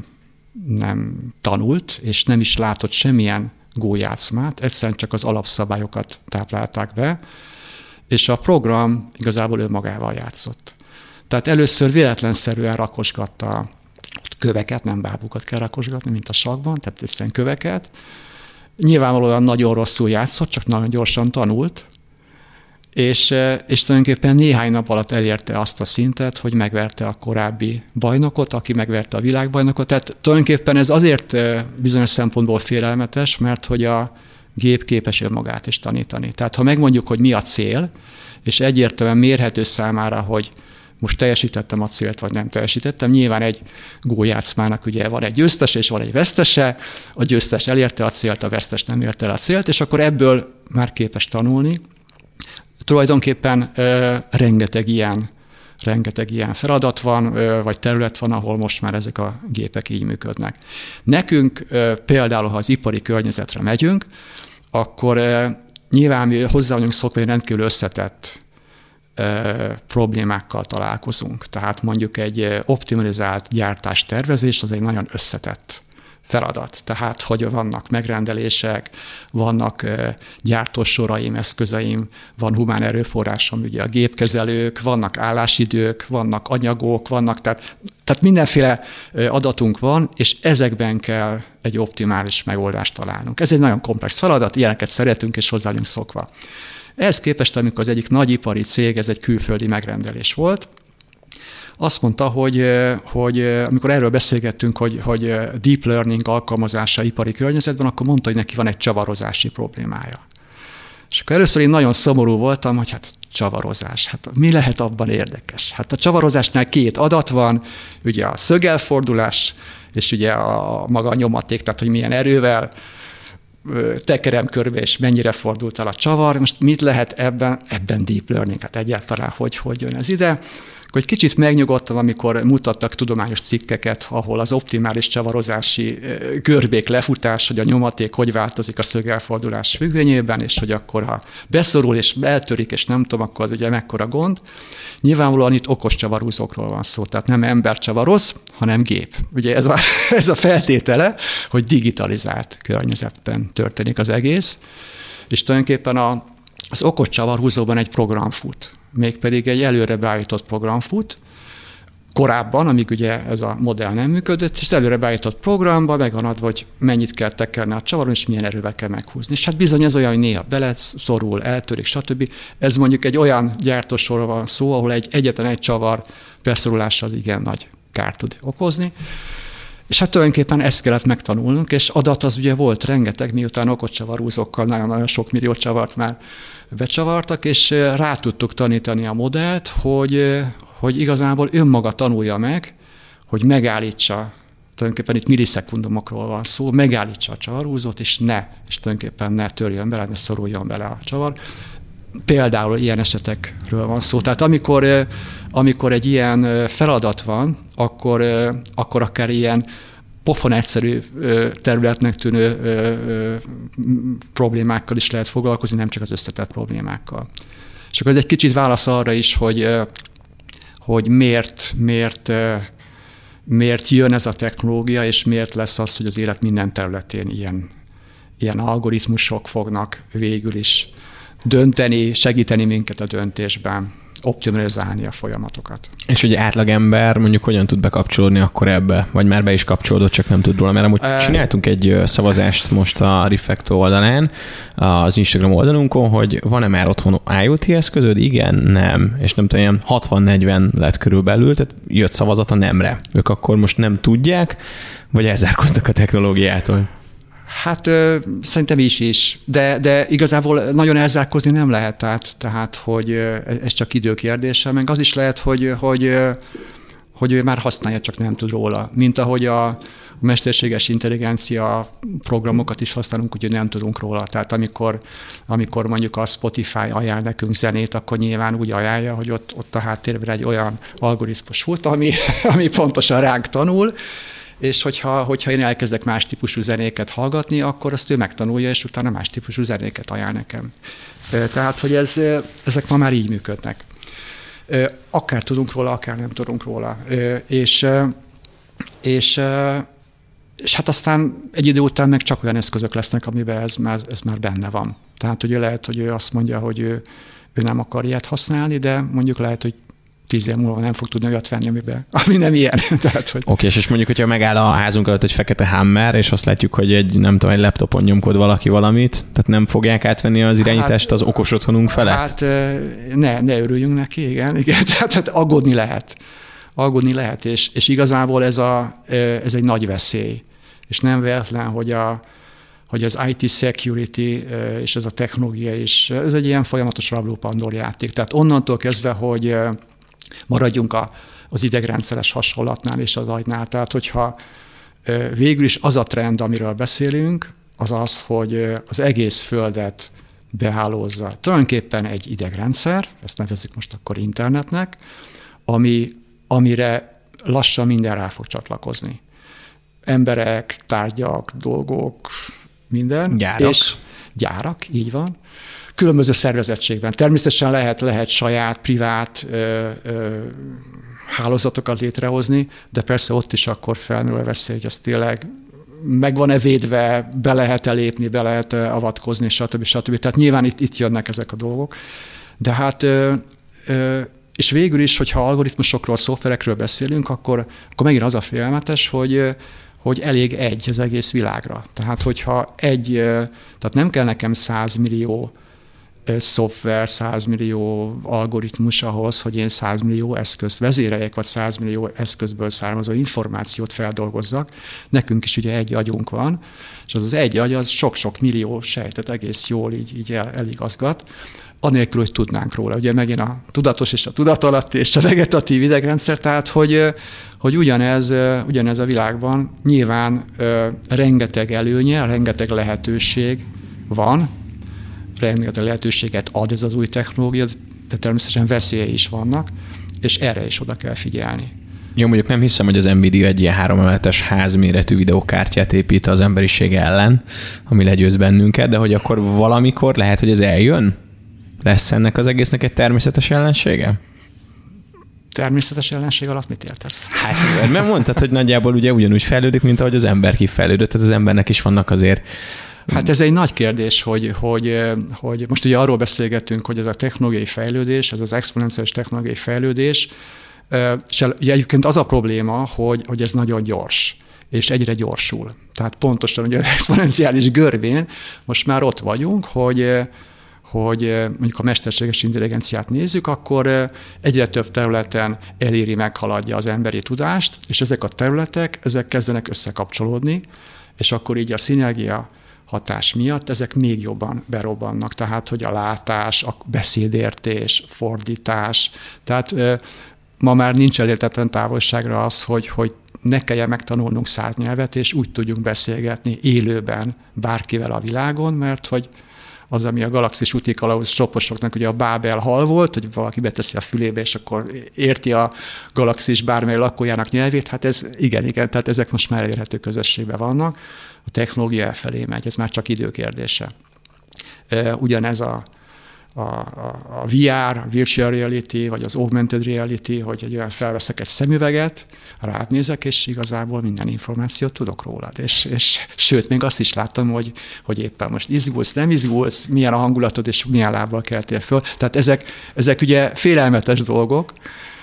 nem tanult, és nem is látott semmilyen gójátszmát, egyszerűen csak az alapszabályokat táplálták be, és a program igazából önmagával játszott. Tehát először véletlenszerűen rakosgatta köveket, nem bábukat kell rakosgatni, mint a sakkban, tehát egyszerűen köveket. Nyilvánvalóan nagyon rosszul játszott, csak nagyon gyorsan tanult, és tulajdonképpen néhány nap alatt elérte azt a szintet, hogy megverte a korábbi bajnokot, aki megverte a világbajnokot. Tehát tulajdonképpen ez azért bizonyos szempontból félelmetes, mert hogy a gép képes önmagát is tanítani. Tehát ha megmondjuk, hogy mi a cél, és egyértelműen mérhető számára, hogy most teljesítettem a célt, vagy nem teljesítettem. Nyilván egy góljátszmának ugye van egy győztes, és van egy vesztese. A győztes elérte a célt, a vesztes nem érte el a célt, és akkor ebből már képes tanulni. Tulajdonképpen rengeteg ilyen feladat van, vagy terület van, ahol most már ezek a gépek így működnek. Nekünk például, ha az ipari környezetre megyünk, akkor nyilván mi hozzá vagyunk szokva, hogy rendkívül összetett problémákkal találkozunk. Tehát mondjuk egy optimalizált gyártástervezés az egy nagyon összetett feladat. Tehát, hogy vannak megrendelések, vannak gyártósoraim, eszközeim, van humán erőforrásom, ugye a gépkezelők, vannak állásidők, vannak anyagok, tehát mindenféle adatunk van, és ezekben kell egy optimális megoldást találnunk. Ez egy nagyon komplex feladat, ilyeneket szeretünk, és hozzá vagyunk szokva. Ehhez képest, amikor az egyik nagyipari cég, ez egy külföldi megrendelés volt, azt mondta, hogy amikor erről beszélgettünk, hogy deep learning alkalmazása ipari környezetben, akkor mondta, hogy neki van egy csavarozási problémája. És akkor először én nagyon szomorú voltam, hogy hát csavarozás, hát mi lehet abban érdekes? Hát a csavarozásnál 2 adat van, ugye a szögelfordulás, és ugye maga a nyomaték, tehát hogy milyen erővel tekerem körbe, és mennyire fordult el a csavar. Most mit lehet ebben deep learning? Hát egyáltalán hogy jön ez ide? Akkor egy kicsit megnyugodtam, amikor mutattak tudományos cikkeket, ahol az optimális csavarozási görbék lefutás, hogy a nyomaték hogy változik a szögelfordulás függvényében, és hogy akkor, ha beszorul és eltörik, és nem tudom, akkor az ugye mekkora gond. Nyilvánvalóan itt okos csavarhúzókról van szó, tehát nem ember csavaroz, hanem gép. Ugye ez a feltétele, hogy digitalizált környezetben történik az egész, és tulajdonképpen az okos csavarhúzóban egy program fut. Mégpedig egy előre beállított program fut. Korábban, amíg ugye ez a modell nem működött, és előre beállított programba meg van adva, hogy mennyit kell tekerni a csavaron, és milyen erővel kell meghúzni. És hát bizony ez olyan, hogy néha beleszorul, eltörik, stb. Ez mondjuk egy olyan gyártósorról van szó, ahol egyetlen egy csavar beszorulással az igen nagy kárt tud okozni. És hát tulajdonképpen ezt kellett megtanulnunk, és adat az ugye volt rengeteg, miután okos csavarhúzókkal nagyon-nagyon sok millió csavart már becsavartak, és rá tudtuk tanítani a modellt, hogy igazából önmaga tanulja meg, hogy megállítsa, tulajdonképpen itt millisekundumokról van szó, megállítsa a csavarhúzót, és tulajdonképpen ne törjön bele, ne szoruljon bele a csavar. Például ilyen esetekről van szó. Tehát amikor egy ilyen feladat van, akkor akár ilyen pofon egyszerű területnek tűnő problémákkal is lehet foglalkozni, nem csak az összetett problémákkal. És akkor ez egy kicsit válasz arra is, hogy miért miért jön ez a technológia, és miért lesz az, hogy az élet minden területén ilyen algoritmusok fognak végül is dönteni, segíteni minket a döntésben, optimalizálni a folyamatokat.
És hogy átlagember mondjuk hogyan tud bekapcsolódni akkor ebbe? Vagy már be is kapcsolódott, csak nem tud róla. Mert amúgy csináltunk egy szavazást most a Refacto oldalán, az Instagram oldalunkon, hogy van-e már otthon IoT eszközöd? Igen, nem. És nem tudom, ilyen 60-40 lett körülbelül, tehát jött szavazat a nemre. Ők akkor most nem tudják, vagy elzárkoztak a technológiától?
Hát szerintem is. De igazából nagyon elzárkózni nem lehet, tehát hogy ez csak idő kérdése, meg az is lehet, hogy ő már használja, csak nem tud róla. Mint ahogy a mesterséges intelligencia programokat is használunk, úgyhogy nem tudunk róla. Tehát amikor mondjuk a Spotify ajánl nekünk zenét, akkor nyilván úgy ajánlja, hogy ott a háttérben egy olyan algoritmus fut, ami pontosan ránk tanul, és hogyha én elkezdek más típusú zenéket hallgatni, akkor azt ő megtanulja, és utána más típusú zenéket ajánl nekem. Tehát, hogy ezek ma már így működnek. Akár tudunk róla, akár nem tudunk róla. És hát aztán egy idő után meg csak olyan eszközök lesznek, amiben ez már benne van. Tehát ugye lehet, hogy ő azt mondja, hogy ő nem akar ilyet használni, de mondjuk lehet, hogy 10 év múlva nem fog tudni olyat venni, ami nem ilyen.
Oké, és mondjuk, hogyha megáll a házunk előtt egy fekete Hummer, és azt látjuk, hogy egy laptopon nyomkod valaki valamit, tehát nem fogják átvenni az irányítást az okos otthonunk felett?
Hát ne örüljünk neki, igen. Tehát aggódni lehet, és igazából ez egy nagy veszély. És nem véletlen, hogy az IT security és ez a technológia is, ez egy ilyen folyamatos rabló Pandor játék. Tehát onnantól kezdve, hogy maradjunk az idegrendszeres hasonlatnál és az agynál. Tehát, hogyha végül is az a trend, amiről beszélünk, az az, hogy az egész Földet behálózza. Tulajdonképpen egy idegrendszer, ezt nevezzük most akkor internetnek, amire lassan minden rá fog csatlakozni. Emberek, tárgyak, dolgok, minden. Gyárak, így van. Különböző szervezettségben. Természetesen lehet saját, privát hálózatokat létrehozni, de persze ott is akkor felmerül a veszély, hogy az tényleg meg van-e védve, be lehet-e lépni, be lehet avatkozni, stb. Tehát nyilván itt jönnek ezek a dolgok. De hát, és végül is, hogyha algoritmusokról, szoftverekről beszélünk, akkor megint az a félelmetes, hogy elég egy az egész világra. Tehát, hogyha tehát nem kell nekem 100 millió szoftver, 100 millió algoritmus ahhoz, hogy én 100 millió eszközt vezéreljek, vagy 100 millió eszközből származó információt feldolgozzak. Nekünk is ugye egy agyunk van, és az egy agy az sok-sok millió sejtet egész jól így eligazgat, anélkül, hogy tudnánk róla. Ugye megint a tudatos és a tudatalatti és a vegetatív idegrendszer, tehát hogy ugyanez a világban nyilván rengeteg előnye, rengeteg lehetőség van, rengeteg lehetőséget ad ez az új technológia, de természetesen veszélyei is vannak, és erre is oda kell figyelni.
Jó, mondjuk nem hiszem, hogy az Nvidia egy ilyen 3 emeletes házméretű videókártyát épít az emberiség ellen, ami legyőz bennünket, de hogy akkor valamikor lehet, hogy ez eljön? Lesz ennek az egésznek egy természetes ellensége?
Természetes ellenség alatt mit értesz?
Hát, mert mondtad, hogy nagyjából ugye ugyanúgy fejlődik, mint ahogy az ember kifejlődött, tehát az embernek is vannak azért.
Hát ez egy nagy kérdés, hogy most ugye arról beszélgettünk, hogy ez a technológiai fejlődés, ez az exponenciális technológiai fejlődés, és ugye egyébként az a probléma, hogy ez nagyon gyors, és egyre gyorsul. Tehát pontosan ugye az exponenciális görbén most már ott vagyunk, hogy mondjuk a mesterséges intelligenciát nézzük, akkor egyre több területen eléri, meghaladja az emberi tudást, és ezek a területek, ezek kezdenek összekapcsolódni, és akkor így a szinergia hatás miatt ezek még jobban berobbannak. Tehát, hogy a látás, a beszédértés, fordítás. Tehát ma már nincs elérhetetlen távolságra az, hogy ne kelljen megtanulnunk 100 nyelvet, és úgy tudjunk beszélgetni élőben bárkivel a világon, mert hogy az, ami a galaxis úti kalauz soposoknak ugye a Bábel hal volt, hogy valaki beteszi a fülébe, és akkor érti a galaxis bármely lakójának nyelvét, hát ez igen, tehát ezek most már elérhető közösségben vannak. A technológia elfelé megy, ez már csak idő kérdése. Ugyanez a VR, a Virtual Reality, vagy az Augmented Reality, hogy egy olyan felveszek egy szemüveget, rád nézek, és igazából minden információt tudok rólad. És sőt, még azt is láttam, hogy éppen most izgulsz, nem izgulsz, milyen a hangulatod, és milyen lábbal keltél föl. Tehát ezek ugye félelmetes dolgok,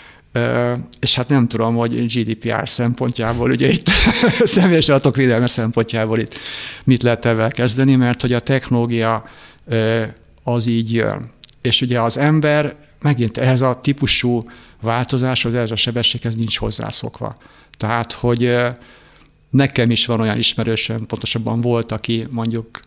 és hát nem tudom, hogy GDPR szempontjából, ugye itt személyes adatok védelme szempontjából itt mit lehet ebben kezdeni, mert hogy a technológia az így jön. És ugye az ember megint ehhez a típusú változáshoz, ehhez a sebességhez nincs hozzászokva. Tehát, hogy nekem is van olyan ismerősöm, pontosabban volt, aki mondjuk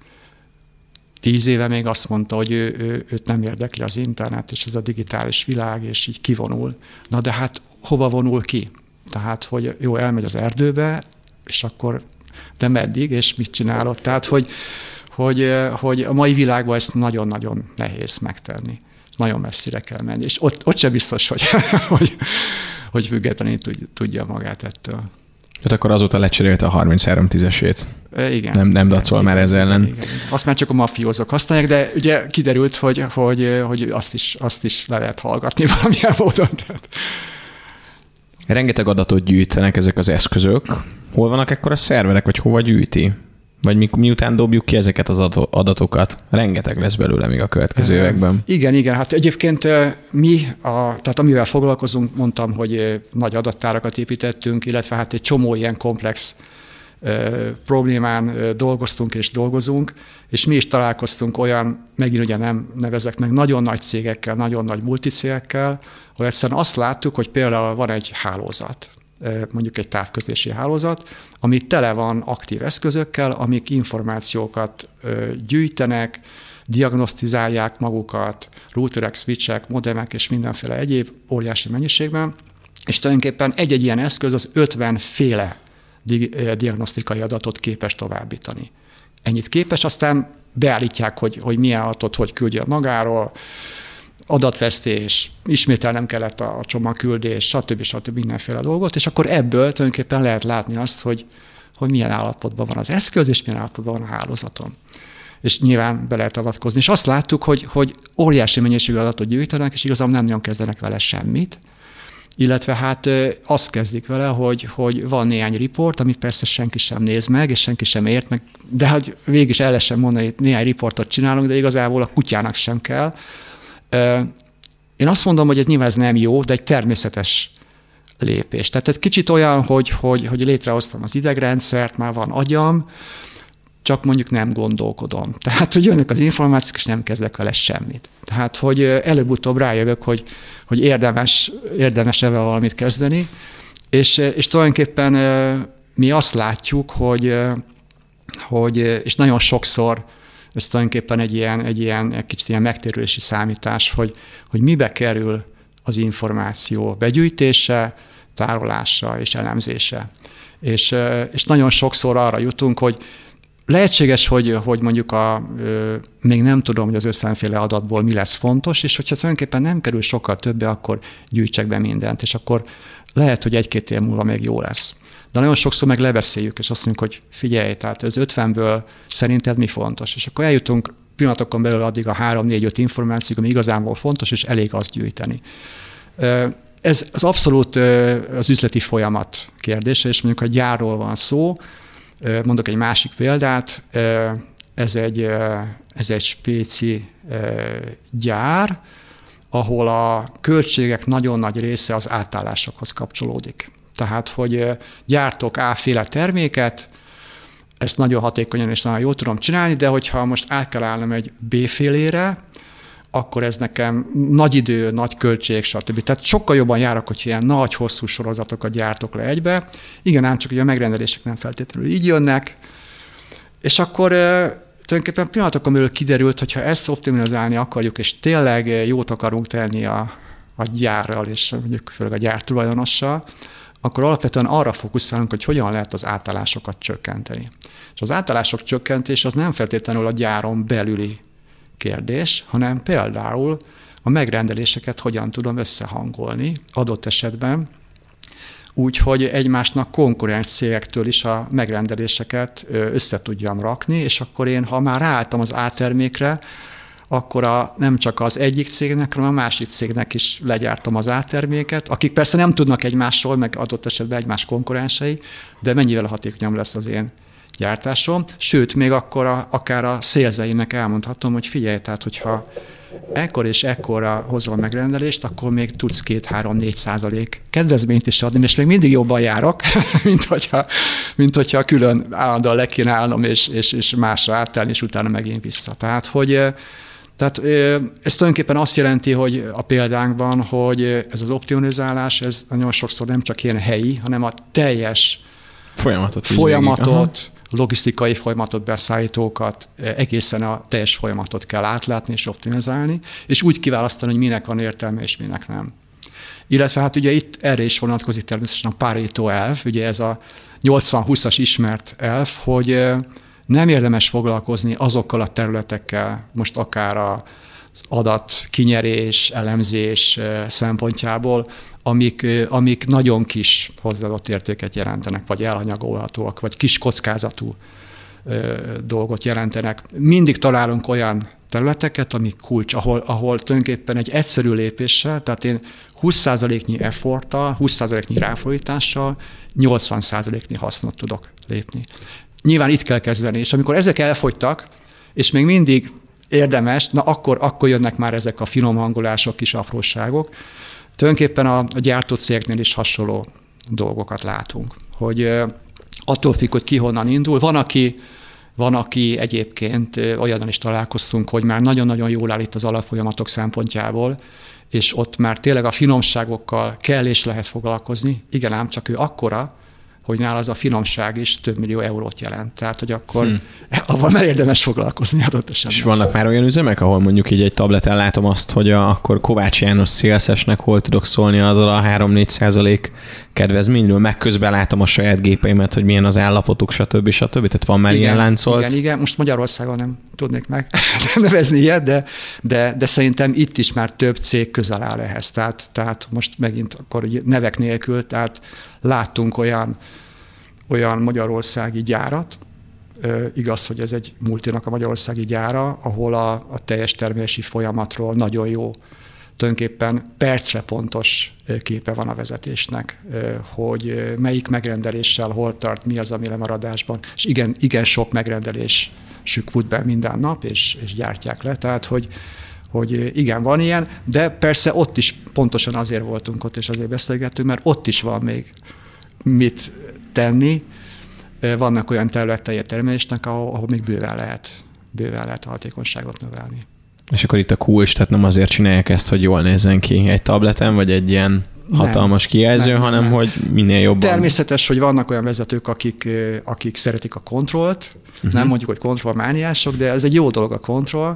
10 éve még azt mondta, hogy őt nem érdekli az internet, és ez a digitális világ, és így kivonul. Na de hát hova vonul ki? Tehát, hogy jó, elmegy az erdőbe, és akkor de meddig, és mit csinálod? Tehát, hogy a mai világban ezt nagyon-nagyon nehéz megtenni. Nagyon messzire kell menni. És ott sem biztos, hogy függetlenül tudja magát ettől.
Hát akkor azóta lecserélte a 3310-esét.
Igen.
Nem dacol már ez ellen.
Igen. Azt már csak a mafiózók használják, de ugye kiderült, hogy azt is le lehet hallgatni valamilyen módon.
Rengeteg adatot gyűjtenek ezek az eszközök. Hol vannak ekkor a szerverek, vagy hova gyűjti? Vagy miután dobjuk ki ezeket az adatokat? Rengeteg lesz belőle még a következő években.
Igen. Hát egyébként tehát amivel foglalkozunk, mondtam, hogy nagy adattárakat építettünk, illetve hát egy csomó ilyen komplex problémán dolgoztunk és dolgozunk, és mi is találkoztunk olyan, megint ugye nem nevezek meg, nagyon nagy cégekkel, nagyon nagy multicégekkel, ahol egyszerűen azt láttuk, hogy például van egy hálózat, mondjuk egy távközlési hálózat, ami tele van aktív eszközökkel, amik információkat gyűjtenek, diagnosztizálják magukat, routerek, switchek, modemek és mindenféle egyéb óriási mennyiségben, és tulajdonképpen egy-egy ilyen eszköz az 50 féle diagnosztikai adatot képes továbbítani. Ennyit képes, aztán beállítják, hogy milyen adatot hogy küldje magáról, adatvesztés, ismételnem kellett a csomagküldés, stb. Mindenféle dolgot, és akkor ebből tulajdonképpen lehet látni azt, hogy milyen állapotban van az eszköz, és milyen állapotban van a hálózaton. És nyilván be lehet avatkozni. És azt láttuk, hogy óriási mennyiségű adatot gyűjtenek, és igazából nem nagyon kezdenek vele semmit, illetve hát azt kezdik vele, hogy van néhány riport, amit persze senki sem néz meg, és senki sem ért meg, de hát végig is el lehessen mondani, hogy néhány riportot csinálunk, de igazából a kutyának sem kell. Én azt mondom, hogy nyilván ez nem jó, de egy természetes lépés. Tehát ez kicsit olyan, hogy létrehoztam az idegrendszert, már van agyam, csak mondjuk nem gondolkodom. Tehát, hogy jönnek az információk, és nem kezdek vele semmit. Tehát, hogy előbb-utóbb rájövök, hogy érdemes ebben valamit kezdeni, és tulajdonképpen mi azt látjuk, hogy és nagyon sokszor ez tulajdonképpen egy kicsit ilyen megtérülési számítás, hogy mibe kerül az információ begyűjtése, tárolása és elemzése. És nagyon sokszor arra jutunk, hogy lehetséges, hogy mondjuk még nem tudom, hogy az 50 féle adatból mi lesz fontos, és hogyha tulajdonképpen nem kerül sokkal többe, akkor gyűjtsek be mindent, és akkor lehet, hogy 1-2 év múlva még jó lesz. De nagyon sokszor meg lebeszéljük, és azt mondjuk, hogy figyelj, tehát az 50-ből szerinted mi fontos? És akkor eljutunk pillanatokon belül addig a 3-4-5 információk, ami igazából fontos, és elég azt gyűjteni. Ez az abszolút az üzleti folyamat kérdése, és mondjuk, ha gyárról van szó, mondok egy másik példát, ez egy spéci gyár, ahol a költségek nagyon nagy része az átállásokhoz kapcsolódik. Tehát, hogy gyártok A-féle terméket, ezt nagyon hatékonyan és nagyon jól tudom csinálni, de hogyha most át kell állnom egy B-félére, akkor ez nekem nagy idő, nagy költség, stb. Tehát sokkal jobban járok, hogy ilyen nagy, hosszú sorozatokat gyártok le egybe. Igen, ám csak ugye a megrendelések nem feltétlenül így jönnek. És akkor tulajdonképpen pillanatokon belül kiderült, hogy ha ezt optimalizálni akarjuk, és tényleg jót akarunk tenni a gyárral, és mondjuk főleg a gyár tulajdonossal, akkor alapvetően arra fókuszálunk, hogy hogyan lehet az átállásokat csökkenteni. És az átállások csökkentés az nem feltétlenül a gyáron belüli kérdés, hanem például a megrendeléseket hogyan tudom összehangolni adott esetben, úgy, hogy egymásnak konkurens cégektől is a megrendeléseket össze tudjam rakni, és akkor én, ha már ráálltam az A termékre, akkor nem csak az egyik cégnek, hanem a másik cégnek is legyártom az átterméket, akik persze nem tudnak egymásról, meg adott esetben egymás konkurensei, de mennyivel hatékonyabb lesz az én gyártásom. Sőt, még akkor akár a szélzeimnek elmondhatom, hogy figyelj, tehát hogyha ekkor és ekkorra hozol megrendelést, akkor még tudsz 2-3-4% kedvezményt is adni, és még mindig jobban járok, mint hogyha külön állandóan le kéne állnom, és másra átállni, és utána megint vissza. Tehát ez tulajdonképpen azt jelenti, hogy a példánkban, hogy ez az optimalizálás, ez nagyon sokszor nem csak ilyen helyi, hanem a teljes folyamatot, logisztikai folyamatot, beszállítókat, egészen a teljes folyamatot kell átlátni és optimizálni, és úgy kiválasztani, hogy minek van értelme és minek nem. Illetve hát ugye itt erre is vonatkozik természetesen a Pareto elv, ugye ez a 80-20-as ismert elv, hogy nem érdemes foglalkozni azokkal a területekkel, most akár az adatkinyerés, elemzés szempontjából, amik nagyon kis hozzáadott értéket jelentenek, vagy elhanyagolhatóak, vagy kis kockázatú dolgot jelentenek. Mindig találunk olyan területeket, amik kulcs, ahol tulajdonképpen egy egyszerű lépéssel, tehát én 20%-nyi efforttal, 20%-nyi ráfordítással 80%-nyi hasznot tudok lépni. Nyilván itt kell kezdeni, és amikor ezek elfogytak, és még mindig érdemes, na akkor jönnek már ezek a finom hangolások, kis apróságok. Tulajdonképpen a gyártó cégeknél is hasonló dolgokat látunk, hogy attól függ, hogy ki honnan indul. Van, aki egyébként olyannal is találkoztunk, hogy már nagyon-nagyon jól áll itt az alapfolyamatok szempontjából, és ott már tényleg a finomságokkal kell és lehet foglalkozni. Igen, ám csak ő akkora, hogy nála az a finomság is több millió eurót jelent. Tehát, hogy akkor avval már érdemes foglalkozni adott esetben.
És vannak már olyan üzemek, ahol mondjuk így egy tableten látom azt, hogy akkor Kovács János szélszesnek hol tudok szólni azzal a 3-4% kedvezményről, meg közben látom a saját gépeimet, hogy milyen az állapotuk, stb. Tehát van már ilyen láncolt.
Igen. Most Magyarországon nem tudnék meg nevezni ilyet, de szerintem itt is már több cég közel áll ehhez. Tehát most megint akkor nevek nélkül, tehát láttunk olyan magyarországi gyárat, igaz, hogy ez egy multinak a magyarországi gyára, ahol a teljes termelési folyamatról nagyon jó, tulajdonképpen percre pontos képe van a vezetésnek, hogy melyik megrendeléssel hol tart, mi az, ami lemaradásban, és igen sok megrendelésük fut be minden nap, és gyártják le, tehát hogy igen, van ilyen, de persze ott is pontosan azért voltunk ott, és azért beszélgettünk, mert ott is van még mit tenni. Vannak olyan területei a termelésnek, ahol még bőven lehet a hatékonyságot növelni.
És akkor itt a kulcs, tehát nem azért csinálják ezt, hogy jól nézzen ki egy tableten, vagy egy ilyen hatalmas kijelző, hanem hogy minél jobban.
Természetes, hogy vannak olyan vezetők, akik szeretik a kontrollt, nem mondjuk, hogy kontrollmániások, de ez egy jó dolog a kontroll,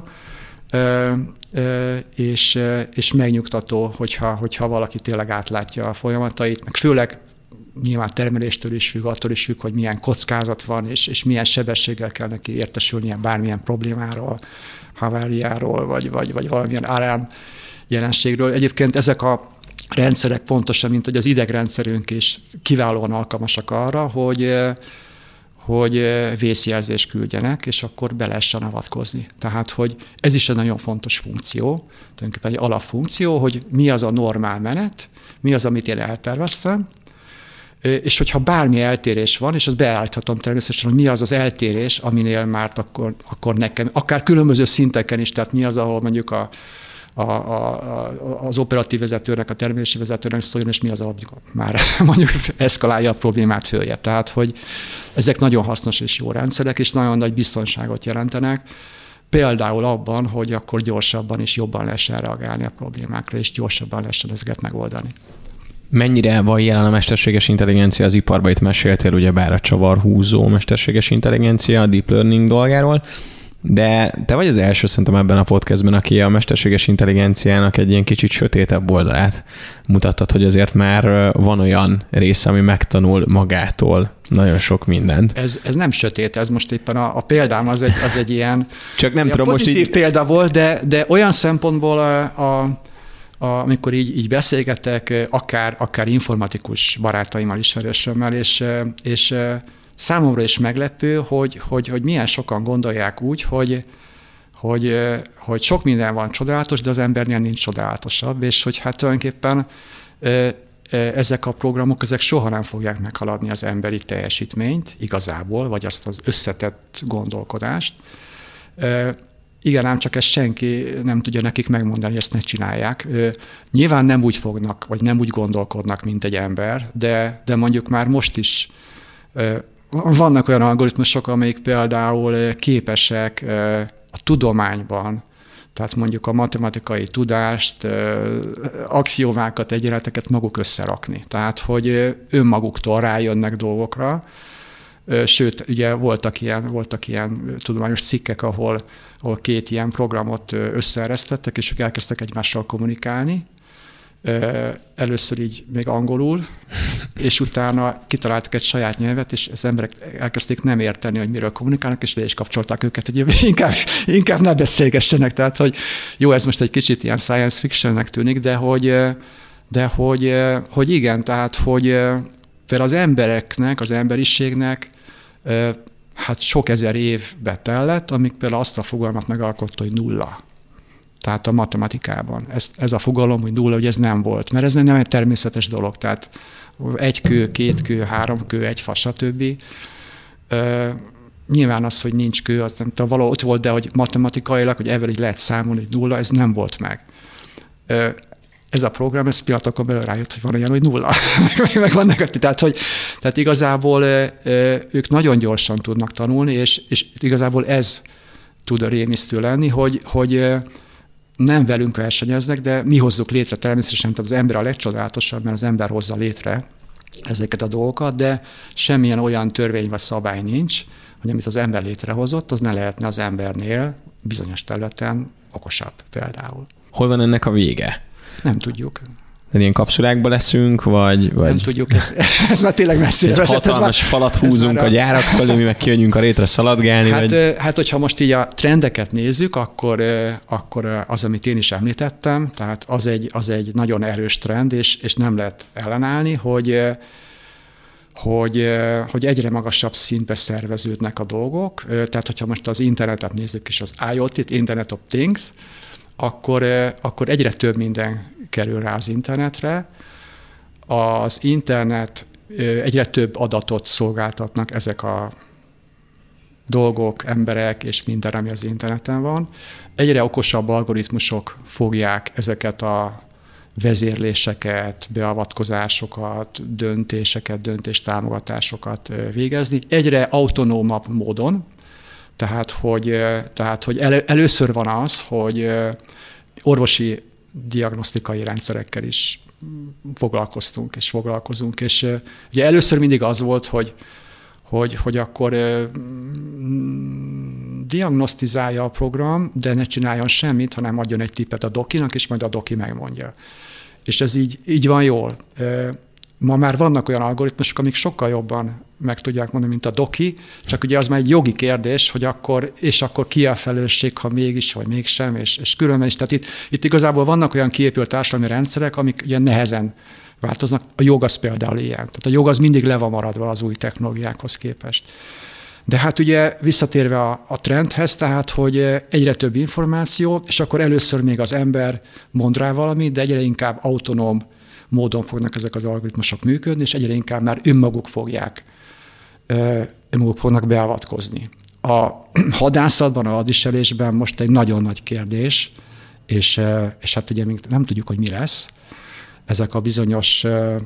és megnyugtató, hogyha valaki tényleg átlátja a folyamatait, meg főleg nyilván termeléstől is függ, attól is függ, hogy milyen kockázat van, és milyen sebességgel kell neki értesülnie bármilyen problémáról, haváriáról, vagy valamilyen árán jelenségről. Egyébként ezek a rendszerek pontosan, mint hogy az idegrendszerünk is kiválóan alkalmasak arra, hogy vészjelzést küldjenek, és akkor be lehessen avatkozni. Tehát, hogy ez is egy nagyon fontos funkció, tulajdonképpen egy alapfunkció, hogy mi az a normál menet, mi az, amit én elterveztem, és hogyha bármi eltérés van, és azt beállíthatom természetesen, hogy mi az az eltérés, aminél már akkor nekem, akár különböző szinteken is, tehát mi az, ahol mondjuk az operatív vezetőnek, a termelési vezetőnek szóljon, és mi az, ahol már mondjuk eszkalálja a problémát följebb. Tehát, hogy ezek nagyon hasznos és jó rendszerek, és nagyon nagy biztonságot jelentenek, például abban, hogy akkor gyorsabban és jobban lehessen reagálni a problémákra, és gyorsabban lehessen ezeket megoldani.
Mennyire van jelen a mesterséges intelligencia az iparban? Itt meséltél ugyebár a csavarhúzó mesterséges intelligencia, a deep learning dolgáról, de te vagy az első szerintem ebben a podcastben, aki a mesterséges intelligenciának egy ilyen kicsit sötétebb oldalát mutattad, hogy azért már van olyan része, ami megtanul magától nagyon sok mindent.
Ez nem sötét, ez most éppen a példám az egy ilyen,
csak nem tudom,
pozitív most így... példa volt, de olyan szempontból amikor így beszélgetek, akár informatikus barátaimmal, ismerősömmel, és számomra is meglepő, hogy milyen sokan gondolják úgy, hogy sok minden van csodálatos, de az embernél nincs csodálatosabb, és hogy hát tulajdonképpen ezek a programok, ezek soha nem fogják meghaladni az emberi teljesítményt igazából, vagy azt az összetett gondolkodást. Igen, ám csak ezt senki nem tudja nekik megmondani, hogy ezt ne csinálják. Nyilván nem úgy fognak, vagy nem úgy gondolkodnak, mint egy ember, de mondjuk már most is vannak olyan algoritmusok, amelyik például képesek a tudományban, tehát mondjuk a matematikai tudást, axiomákat, egyenleteket maguk összerakni. Tehát, hogy önmaguktól rájönnek dolgokra. Sőt, ugye voltak ilyen tudományos cikkek, ahol két ilyen programot összeeresztettek, és ők elkezdtek egymással kommunikálni. Először így még angolul, és utána kitaláltak egy saját nyelvet, és az emberek elkezdték nem érteni, hogy miről kommunikálnak, és le is kapcsolták őket, hogy inkább ne beszélgessenek. Tehát, hogy jó, ez most egy kicsit ilyen science fictionnek tűnik, de hogy igen, tehát, hogy például az embereknek, az emberiségnek hát sok ezer évbe tellett, amíg például azt a fogalmat megalkotta, hogy nulla. Tehát a matematikában. Ez a fogalom, hogy nulla, hogy ez nem volt. Mert ez nem egy természetes dolog. Tehát egy kő, két kő, három kő, egy fa, stb. Nyilván az, hogy nincs kő, az nem tudom, valahol ott volt, de hogy matematikailag, hogy ebből így lehet számolni, hogy nulla, ez nem volt meg. Ez a program, ez pillanatokon belül rájött, hogy van olyan, hogy nulla. meg van negatív. Tehát igazából ők nagyon gyorsan tudnak tanulni, és igazából ez tud a rémisztő lenni, hogy nem velünk versenyeznek, de mi hozzuk létre természetesen, tehát az ember a legcsodálatosabb, mert az ember hozza létre ezeket a dolgokat, de semmilyen olyan törvény vagy szabály nincs, hogy amit az ember létrehozott, az ne lehetne az embernél bizonyos területen okosabb például.
Hol van ennek a vége?
Nem tudjuk.
De ilyen kapszulákba leszünk, vagy...
Nem tudjuk, ez már tényleg messzire
vezet. Hatalmas falat húzunk a gyárak fölé, mi meg kijönjünk a rétre szaladgálni.
Hát, hogyha most így a trendeket nézzük, akkor az, amit én is említettem, tehát az egy nagyon erős trend, és nem lehet ellenállni, hogy egyre magasabb szintbe szerveződnek a dolgok. Tehát, hogyha most az internetet nézzük, és az IoT, Internet of Things, akkor egyre több minden kerül rá az internetre. Az internet egyre több adatot szolgáltatnak ezek a dolgok, emberek és minden, ami az interneten van. Egyre okosabb algoritmusok fogják ezeket a vezérléseket, beavatkozásokat, döntéseket, döntéstámogatásokat végezni. Egyre autonómabb módon, tehát hogy először van az, hogy orvosi diagnosztikai rendszerekkel is foglalkoztunk és foglalkozunk. És ugye először mindig az volt, hogy akkor diagnosztizálja a program, de ne csináljon semmit, hanem adjon egy tippet a dokinak, és majd a doki megmondja. És ez így van jól. Ma már vannak olyan algoritmusok, amik sokkal jobban meg tudják mondani, mint a doki, csak ugye az már egy jogi kérdés, hogy akkor ki a felelősség, ha mégis, vagy mégsem, és különben is. Tehát itt igazából vannak olyan kiépült társadalmi rendszerek, amik ugye nehezen változnak. A jog az például ilyen. Tehát a jog az mindig le van maradva az új technológiákhoz képest. De hát ugye visszatérve a trendhez, tehát, hogy egyre több információ, és akkor először még az ember mond rá valamit, de egyre inkább autonóm módon fognak ezek az algoritmusok működni, és egyre inkább már önmaguk fognak beavatkozni. A hadászatban, a hadiselésben most egy nagyon nagy kérdés, és hát ugye még nem tudjuk, hogy mi lesz. Ezek a bizonyos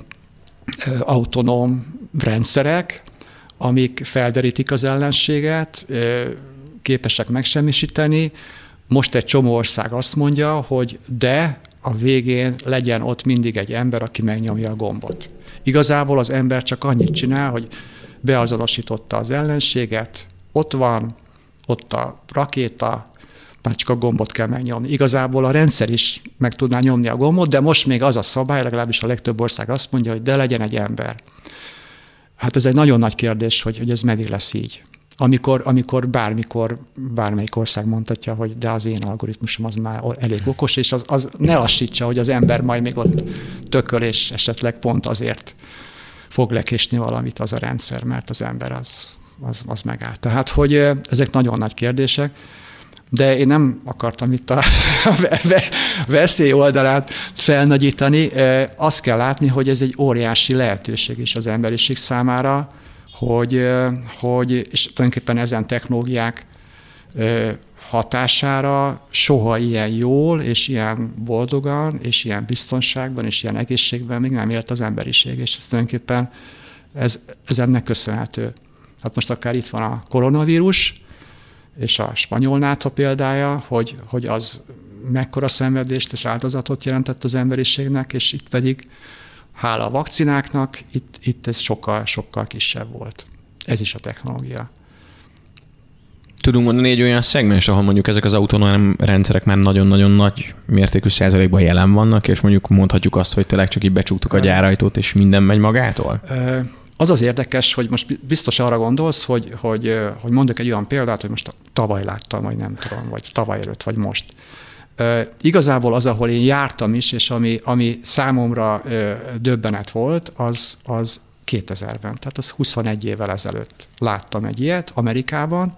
autonóm rendszerek, amik felderítik az ellenséget, képesek megsemmisíteni. Most egy csomó ország azt mondja, hogy de a végén legyen ott mindig egy ember, aki megnyomja a gombot. Igazából az ember csak annyit csinál, hogy beazonosította az ellenséget, ott van, ott a rakéta, már csak a gombot kell megnyomni. Igazából a rendszer is meg tudná nyomni a gombot, de most még az a szabály, legalábbis a legtöbb ország azt mondja, hogy de legyen egy ember. Hát ez egy nagyon nagy kérdés, hogy ez meddig lesz így. Amikor bármelyik ország mondhatja, hogy de az én algoritmusom az már elég okos, és az ne lassítsa, hogy az ember majd még ott tököl, és esetleg pont azért fog lekésni valamit az a rendszer, mert az ember az megáll. Tehát, hogy ezek nagyon nagy kérdések. De én nem akartam itt a veszély oldalát felnagyítani. Azt kell látni, hogy ez egy óriási lehetőség is az emberiség számára, hogy és tulajdonképpen ezen technológiák hatására soha ilyen jól, és ilyen boldogan, és ilyen biztonságban, és ilyen egészségben még nem élt az emberiség, és ez tulajdonképpen ez ennek köszönhető. Hát most akár itt van a koronavírus, és a spanyol nátha példája, hogy az mekkora szenvedést és áldozatot jelentett az emberiségnek, és itt pedig hála a vakcináknak, itt ez sokkal kisebb volt. Ez is a technológia.
Tudunk mondani egy olyan szegmens, ahol mondjuk ezek az autonóm rendszerek már nagyon-nagyon nagy mértékű százalékban jelen vannak, és mondjuk mondhatjuk azt, hogy tényleg csak így becsuktuk a gyárajtót, és minden megy magától?
Az az érdekes, hogy most biztos arra gondolsz, hogy mondok egy olyan példát, hogy most tavaly láttam, vagy nem tudom, vagy tavaly előtt, vagy most. Igazából az, ahol én jártam is, és ami számomra döbbenet volt, az 2000-ben, tehát az 21 évvel ezelőtt láttam egy ilyet Amerikában,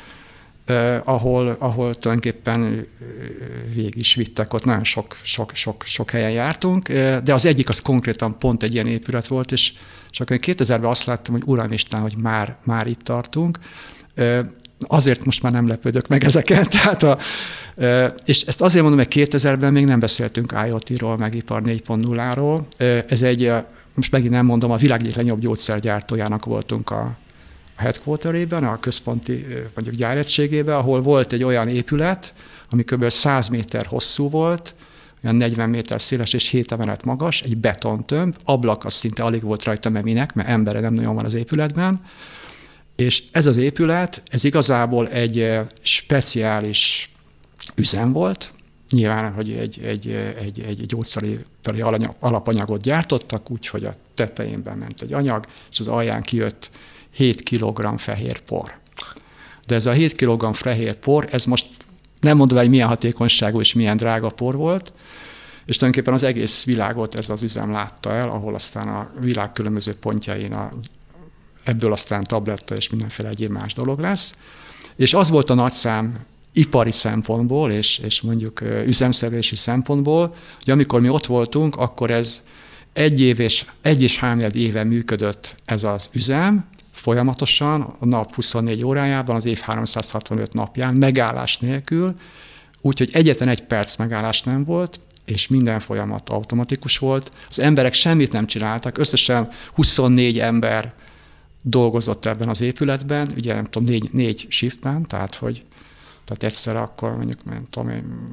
ahol tulajdonképpen végig is vittek, ott nagyon sok helyen jártunk, de az egyik az konkrétan pont egy ilyen épület volt, és akkor 2000-ben azt láttam, hogy uramisten, hogy már itt tartunk. Azért most már nem lepődök meg ezeken, és ezt azért mondom, hogy 2000-ben még nem beszéltünk IoT-ról, meg ipar 4.0-ról. Ez most megint nem mondom, a világ egyik legnagyobb gyógyszergyártójának voltunk a headquarterében, a központi mondjuk gyáregységében, ahol volt egy olyan épület, ami kb. 100 méter hosszú volt, olyan 40 méter széles és 7 emelet magas, egy betontömb, ablak az szinte alig volt rajta, mert embere nem nagyon van az épületben, és ez az épület, ez igazából egy speciális üzem volt, nyilván, hogy egy gyógyszeripari alapanyagot gyártottak, úgyhogy a tetejében ment egy anyag, és az alján kijött 7 kg fehér por. De ez a 7 kg fehér por, ez most nem mondom, hogy milyen hatékonyságú és milyen drága por volt, és tulajdonképpen az egész világot ez az üzem látta el, ahol aztán a világ különböző pontjain ebből aztán tabletta és mindenféle egyéb más dolog lesz. És az volt a nagy szám ipari szempontból, és mondjuk üzemszerelési szempontból, hogy amikor mi ott voltunk, akkor ez 1 és 3 éve működött ez az üzem, folyamatosan, a nap 24 órájában, az év 365 napján, megállás nélkül, úgyhogy egyetlen 1 perc megállás nem volt, és minden folyamat automatikus volt. Az emberek semmit nem csináltak, összesen 24 ember dolgozott ebben az épületben, ugye nem tudom, 4 shiftben, tehát egyszerre akkor mondjuk, nem tudom,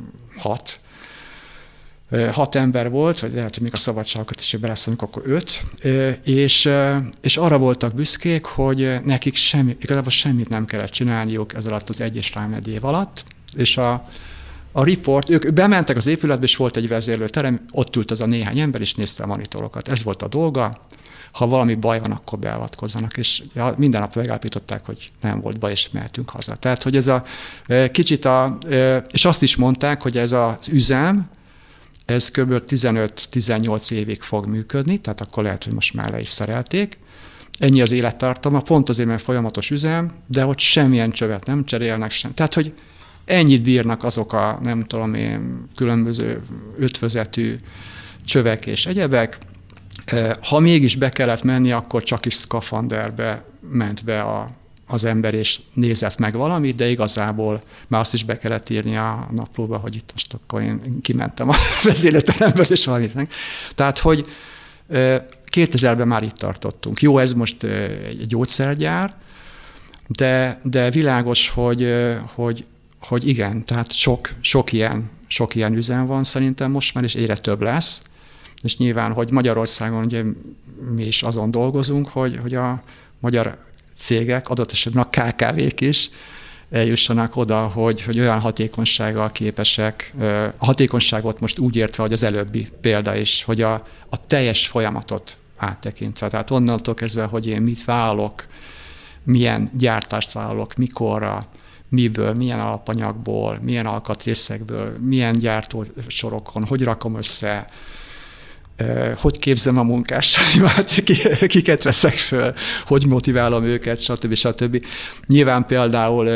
6 ember volt, vagy lehet, hogy még a szabadságokat is beleszólunk, akkor 5, és arra voltak büszkék, hogy nekik igazából semmit nem kellett csinálniuk ez alatt az 1 és 3 év alatt, és a report, ők bementek az épületbe, és volt egy vezérlőterem, ott ült az a néhány ember, és nézte a monitorokat. Ez volt a dolga. Ha valami baj van, akkor beavatkozzanak, és minden nap megállapították, hogy nem volt baj, és mehetünk haza. Tehát, hogy ez a kicsit és azt is mondták, hogy ez az üzem, ez kb. 15-18 évig fog működni, tehát akkor lehet, hogy most már le is szerelték. Ennyi az élettartama, pont azért, mert folyamatos üzem, de ott semmilyen csövet nem cserélnek sem. Tehát, hogy ennyit bírnak azok a, nem tudom én, különböző ötvözetű csövek és egyebek. Ha mégis be kellett menni, akkor csak is szkafanderbe ment be az ember, és nézett meg valamit, de igazából már azt is be kellett írni a naplóba, hogy itt most akkor én kimentem a vezérlőteremből, és valamit meg. Tehát, hogy 2000-ben már itt tartottunk. Jó, ez most egy gyógyszergyár, de világos, hogy igen, tehát sok ilyen üzem van szerintem most már, és egyre több lesz. És nyilván, hogy Magyarországon ugye mi is azon dolgozunk, hogy a magyar cégek, adott esetben a KKV-k is eljussanak oda, hogy olyan hatékonysággal képesek. A hatékonyságot most úgy értve, hogy az előbbi példa is, hogy a teljes folyamatot áttekintve. Tehát onnantól kezdve, hogy én mit vállalok, milyen gyártást vállalok, mikorra, miből, milyen alapanyagból, milyen alkatrészekből, milyen gyártósorokon, hogy rakom össze, hogy képzem a munkásaimat, kiket veszek föl, hogy motiválom őket, stb. Nyilván például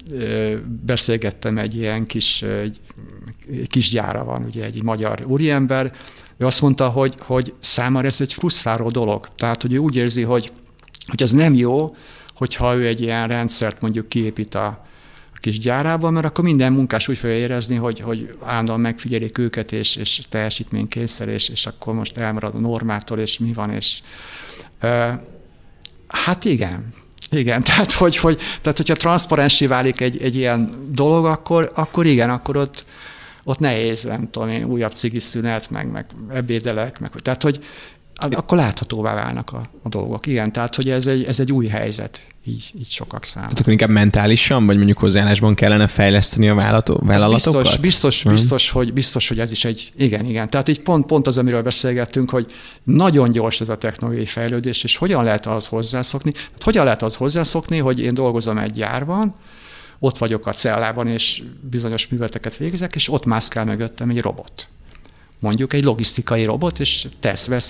beszélgettem egy ilyen kis gyára van, ugye egy magyar úriember, ő azt mondta, hogy számára ez egy frusztráló dolog. Tehát, hogy ő úgy érzi, hogy ez nem jó, hogyha ő egy ilyen rendszert mondjuk kiépít a kis gyárában, mert akkor minden munkás úgy fogja érezni, hogy állandóan megfigyelik őket, és teljesítménykényszer, és akkor most elmarad a normától, és mi van, és hát igen, tehát, hogyha transzparensé válik egy ilyen dolog, akkor igen, akkor ott nehéz, nem tudom én, újabb cigiszünet, meg ebédelek, tehát, hogy akkor láthatóvá válnak a dolgok. Igen, tehát, hogy ez egy új helyzet, így sokak számára.
Tehát akkor inkább mentálisan, vagy mondjuk hozzáállásban kellene fejleszteni a vállalatokat?
Biztos, hogy ez is egy... Igen. Tehát így pont az, amiről beszélgettünk, hogy nagyon gyors ez a technológiai fejlődés, és hogyan lehet ahhoz hozzászokni? Hát hogyan lehet ahhoz hozzászokni, hogy én dolgozom egy gyárban, ott vagyok a cellában, és bizonyos műveleteket végzek, és ott mászkál mögöttem egy robot. Mondjuk egy logisztikai robot, és vesz,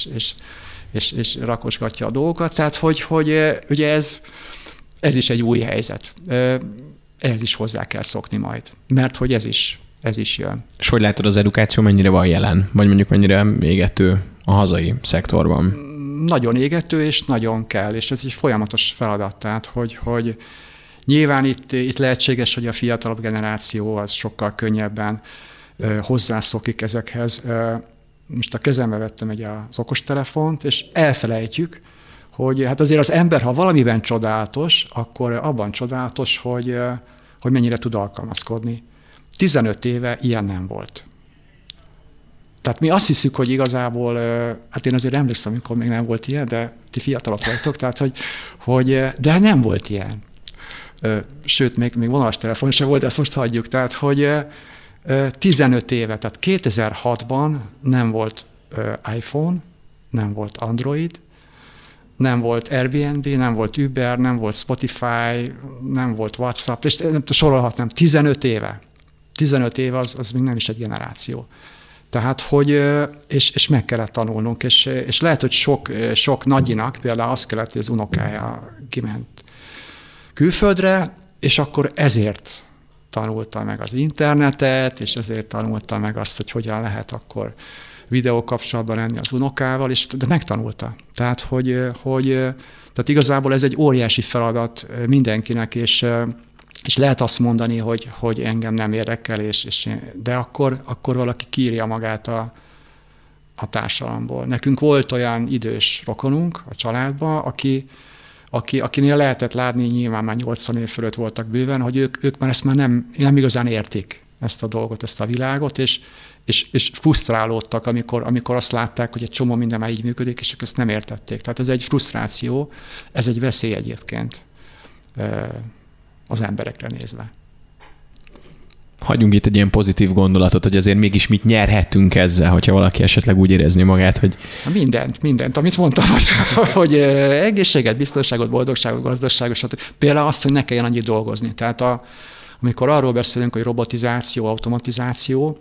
és rakosgatja a dolgokat. Tehát, hogy ugye ez is egy új helyzet. Ehhez is hozzá kell szokni majd, mert hogy ez is jön.
És hogy látod, az edukáció mennyire van jelen? Vagy mondjuk mennyire égető a hazai szektorban?
Nagyon égető, és nagyon kell, és ez egy folyamatos feladat. Tehát, hogy nyilván itt lehetséges, hogy a fiatalabb generáció az sokkal könnyebben hozzászokik ezekhez. Most a kezembe vettem az okostelefont, és elfelejtjük, hogy hát azért az ember, ha valamiben csodálatos, akkor abban csodálatos, hogy mennyire tud alkalmazkodni. 15 éve ilyen nem volt. Tehát mi azt hiszük, hogy igazából, hát én azért emlékszem, amikor még nem volt ilyen, de ti fiatalok vagytok, tehát de nem volt ilyen. Sőt, még vonalas telefon sem volt, de ezt most hagyjuk. Tehát, hogy 15 éve, tehát 2006-ban nem volt iPhone, nem volt Android, nem volt Airbnb, nem volt Uber, nem volt Spotify, nem volt WhatsApp, és nem sorolhatnám, 15 éve. 15 év az még nem is egy generáció. Tehát, hogy, és meg kellett tanulnunk, és lehet, hogy sok nagyinak, például azt kellett, hogy az unokája kiment külföldre, és akkor ezért tanulta meg az internetet, és ezért tanulta meg azt, hogy hogyan lehet akkor videókapcsolatban lenni az unokával, de megtanulta. Tehát, tehát igazából ez egy óriási feladat mindenkinek, és lehet azt mondani, hogy engem nem érdekel, de akkor valaki kiírja magát a társadalomból. Nekünk volt olyan idős rokonunk a családban, akinél lehetett látni, nyilván már 80 év fölött voltak bőven, hogy ők már ezt már nem igazán értik, ezt a dolgot, ezt a világot, és frusztrálódtak, amikor azt látták, hogy egy csomó minden már így működik, és ők ezt nem értették. Tehát ez egy frusztráció, ez egy veszély egyébként az emberekre nézve.
Hagyjunk itt egy ilyen pozitív gondolatot, hogy azért mégis mit nyerhetünk ezzel, hogyha valaki esetleg úgy érezni magát, hogy...
Mindent, amit mondtam, hogy egészséget, biztonságot, boldogságot, gazdaságot, például azt, hogy ne kelljen annyit dolgozni. Tehát amikor arról beszélünk, hogy robotizáció, automatizáció,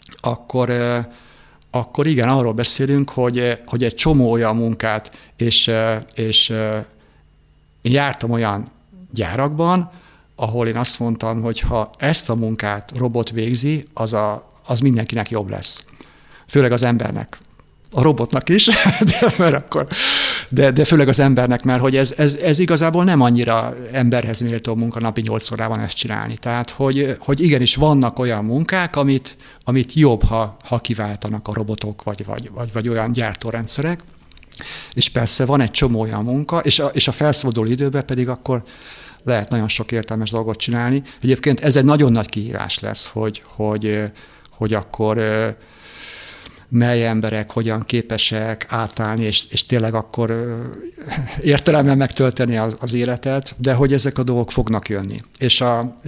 akkor igen, arról beszélünk, hogy egy csomó olyan munkát, és én jártam olyan gyárakban, ahol én azt mondtam, hogy ha ezt a munkát robot végzi, az mindenkinek jobb lesz. Főleg az embernek. A robotnak is, de főleg az embernek, mert hogy ez igazából nem annyira emberhez méltó munka napi 8 órában ezt csinálni. Tehát, hogy igenis vannak olyan munkák, amit jobb, ha kiváltanak a robotok, vagy olyan gyártórendszerek. És persze van egy csomó olyan munka, és a felszabaduló időben pedig akkor lehet nagyon sok értelmes dolgot csinálni. Egyébként ez egy nagyon nagy kihívás lesz, hogy akkor mely emberek hogyan képesek átállni, és tényleg akkor értelemben megtölteni az életet, de hogy ezek a dolgok fognak jönni. És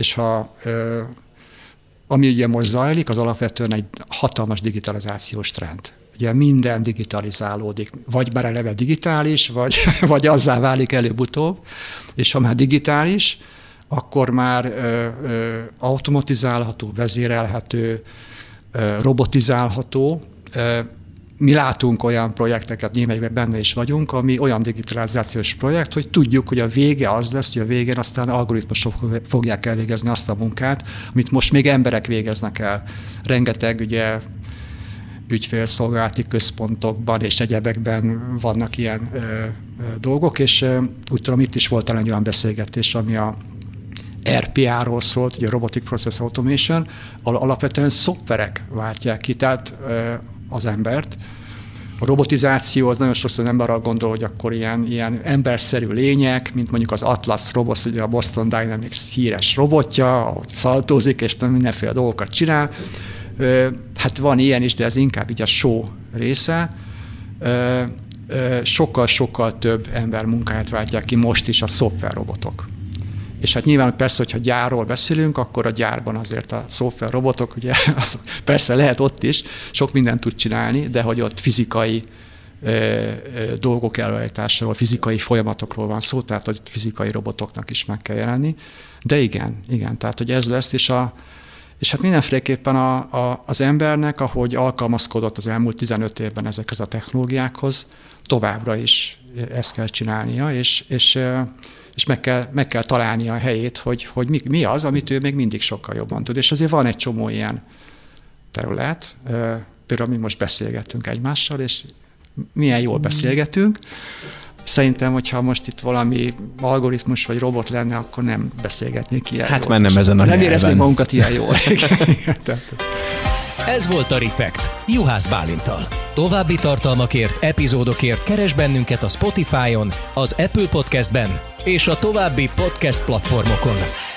ami ugye most zajlik, az alapvetően egy hatalmas digitalizációs trend. Ugye minden digitalizálódik, vagy már eleve digitális, vagy azzá válik előbb-utóbb, és ha már digitális, akkor már automatizálható, vezérelhető, robotizálható, mi látunk olyan projekteket, némelyikben benne is vagyunk, ami olyan digitalizációs projekt, hogy tudjuk, hogy a vége az lesz, hogy a végén aztán algoritmusok fogják elvégezni azt a munkát, amit most még emberek végeznek el. Rengeteg ugye ügyfélszolgálati központokban és egyebekben vannak ilyen dolgok, és úgy tudom, itt is volt talán egy olyan beszélgetés, ami a RPA-ról szólt, ugye Robotic Process Automation, alapvetően szoftverek váltják ki, tehát az embert. A robotizáció az nagyon sokszor az ember arra gondol, hogy akkor ilyen emberszerű lények, mint mondjuk az Atlas Robots, ugye a Boston Dynamics híres robotja, ahogy szaltózik, és mindenféle dolgokat csinál. Hát van ilyen is, de ez inkább így a show része. Sokkal-sokkal több ember munkáját váltják ki most is a szoftverrobotok. És hát nyilván persze, hogyha gyárról beszélünk, akkor a gyárban azért a szoftverrobotok, ugye, persze lehet ott is, sok mindent tud csinálni, de hogy ott fizikai dolgok előállításáról, fizikai folyamatokról van szó, tehát hogy fizikai robotoknak is meg kell jelenni. De igen, tehát hogy ez lesz, és hát mindenféleképpen az embernek, ahogy alkalmazkodott az elmúlt 15 évben ezekhez a technológiákhoz, továbbra is ezt kell csinálnia, és meg kell találnia a helyét, hogy mi az, amit ő még mindig sokkal jobban tud. És azért van egy csomó ilyen terület, például mi most beszélgettünk egymással, és milyen jól beszélgetünk. Szerintem, hogyha most itt valami algoritmus vagy robot lenne, akkor nem beszélgetnék ilyen
hát már nem ezen a
nem éreznénk magunkat ilyen jól.
Ez volt a Refekt, Juhász Bálinttal. További tartalmakért, epizódokért keresd bennünket a Spotify-on, az Apple Podcastben és a további podcast platformokon.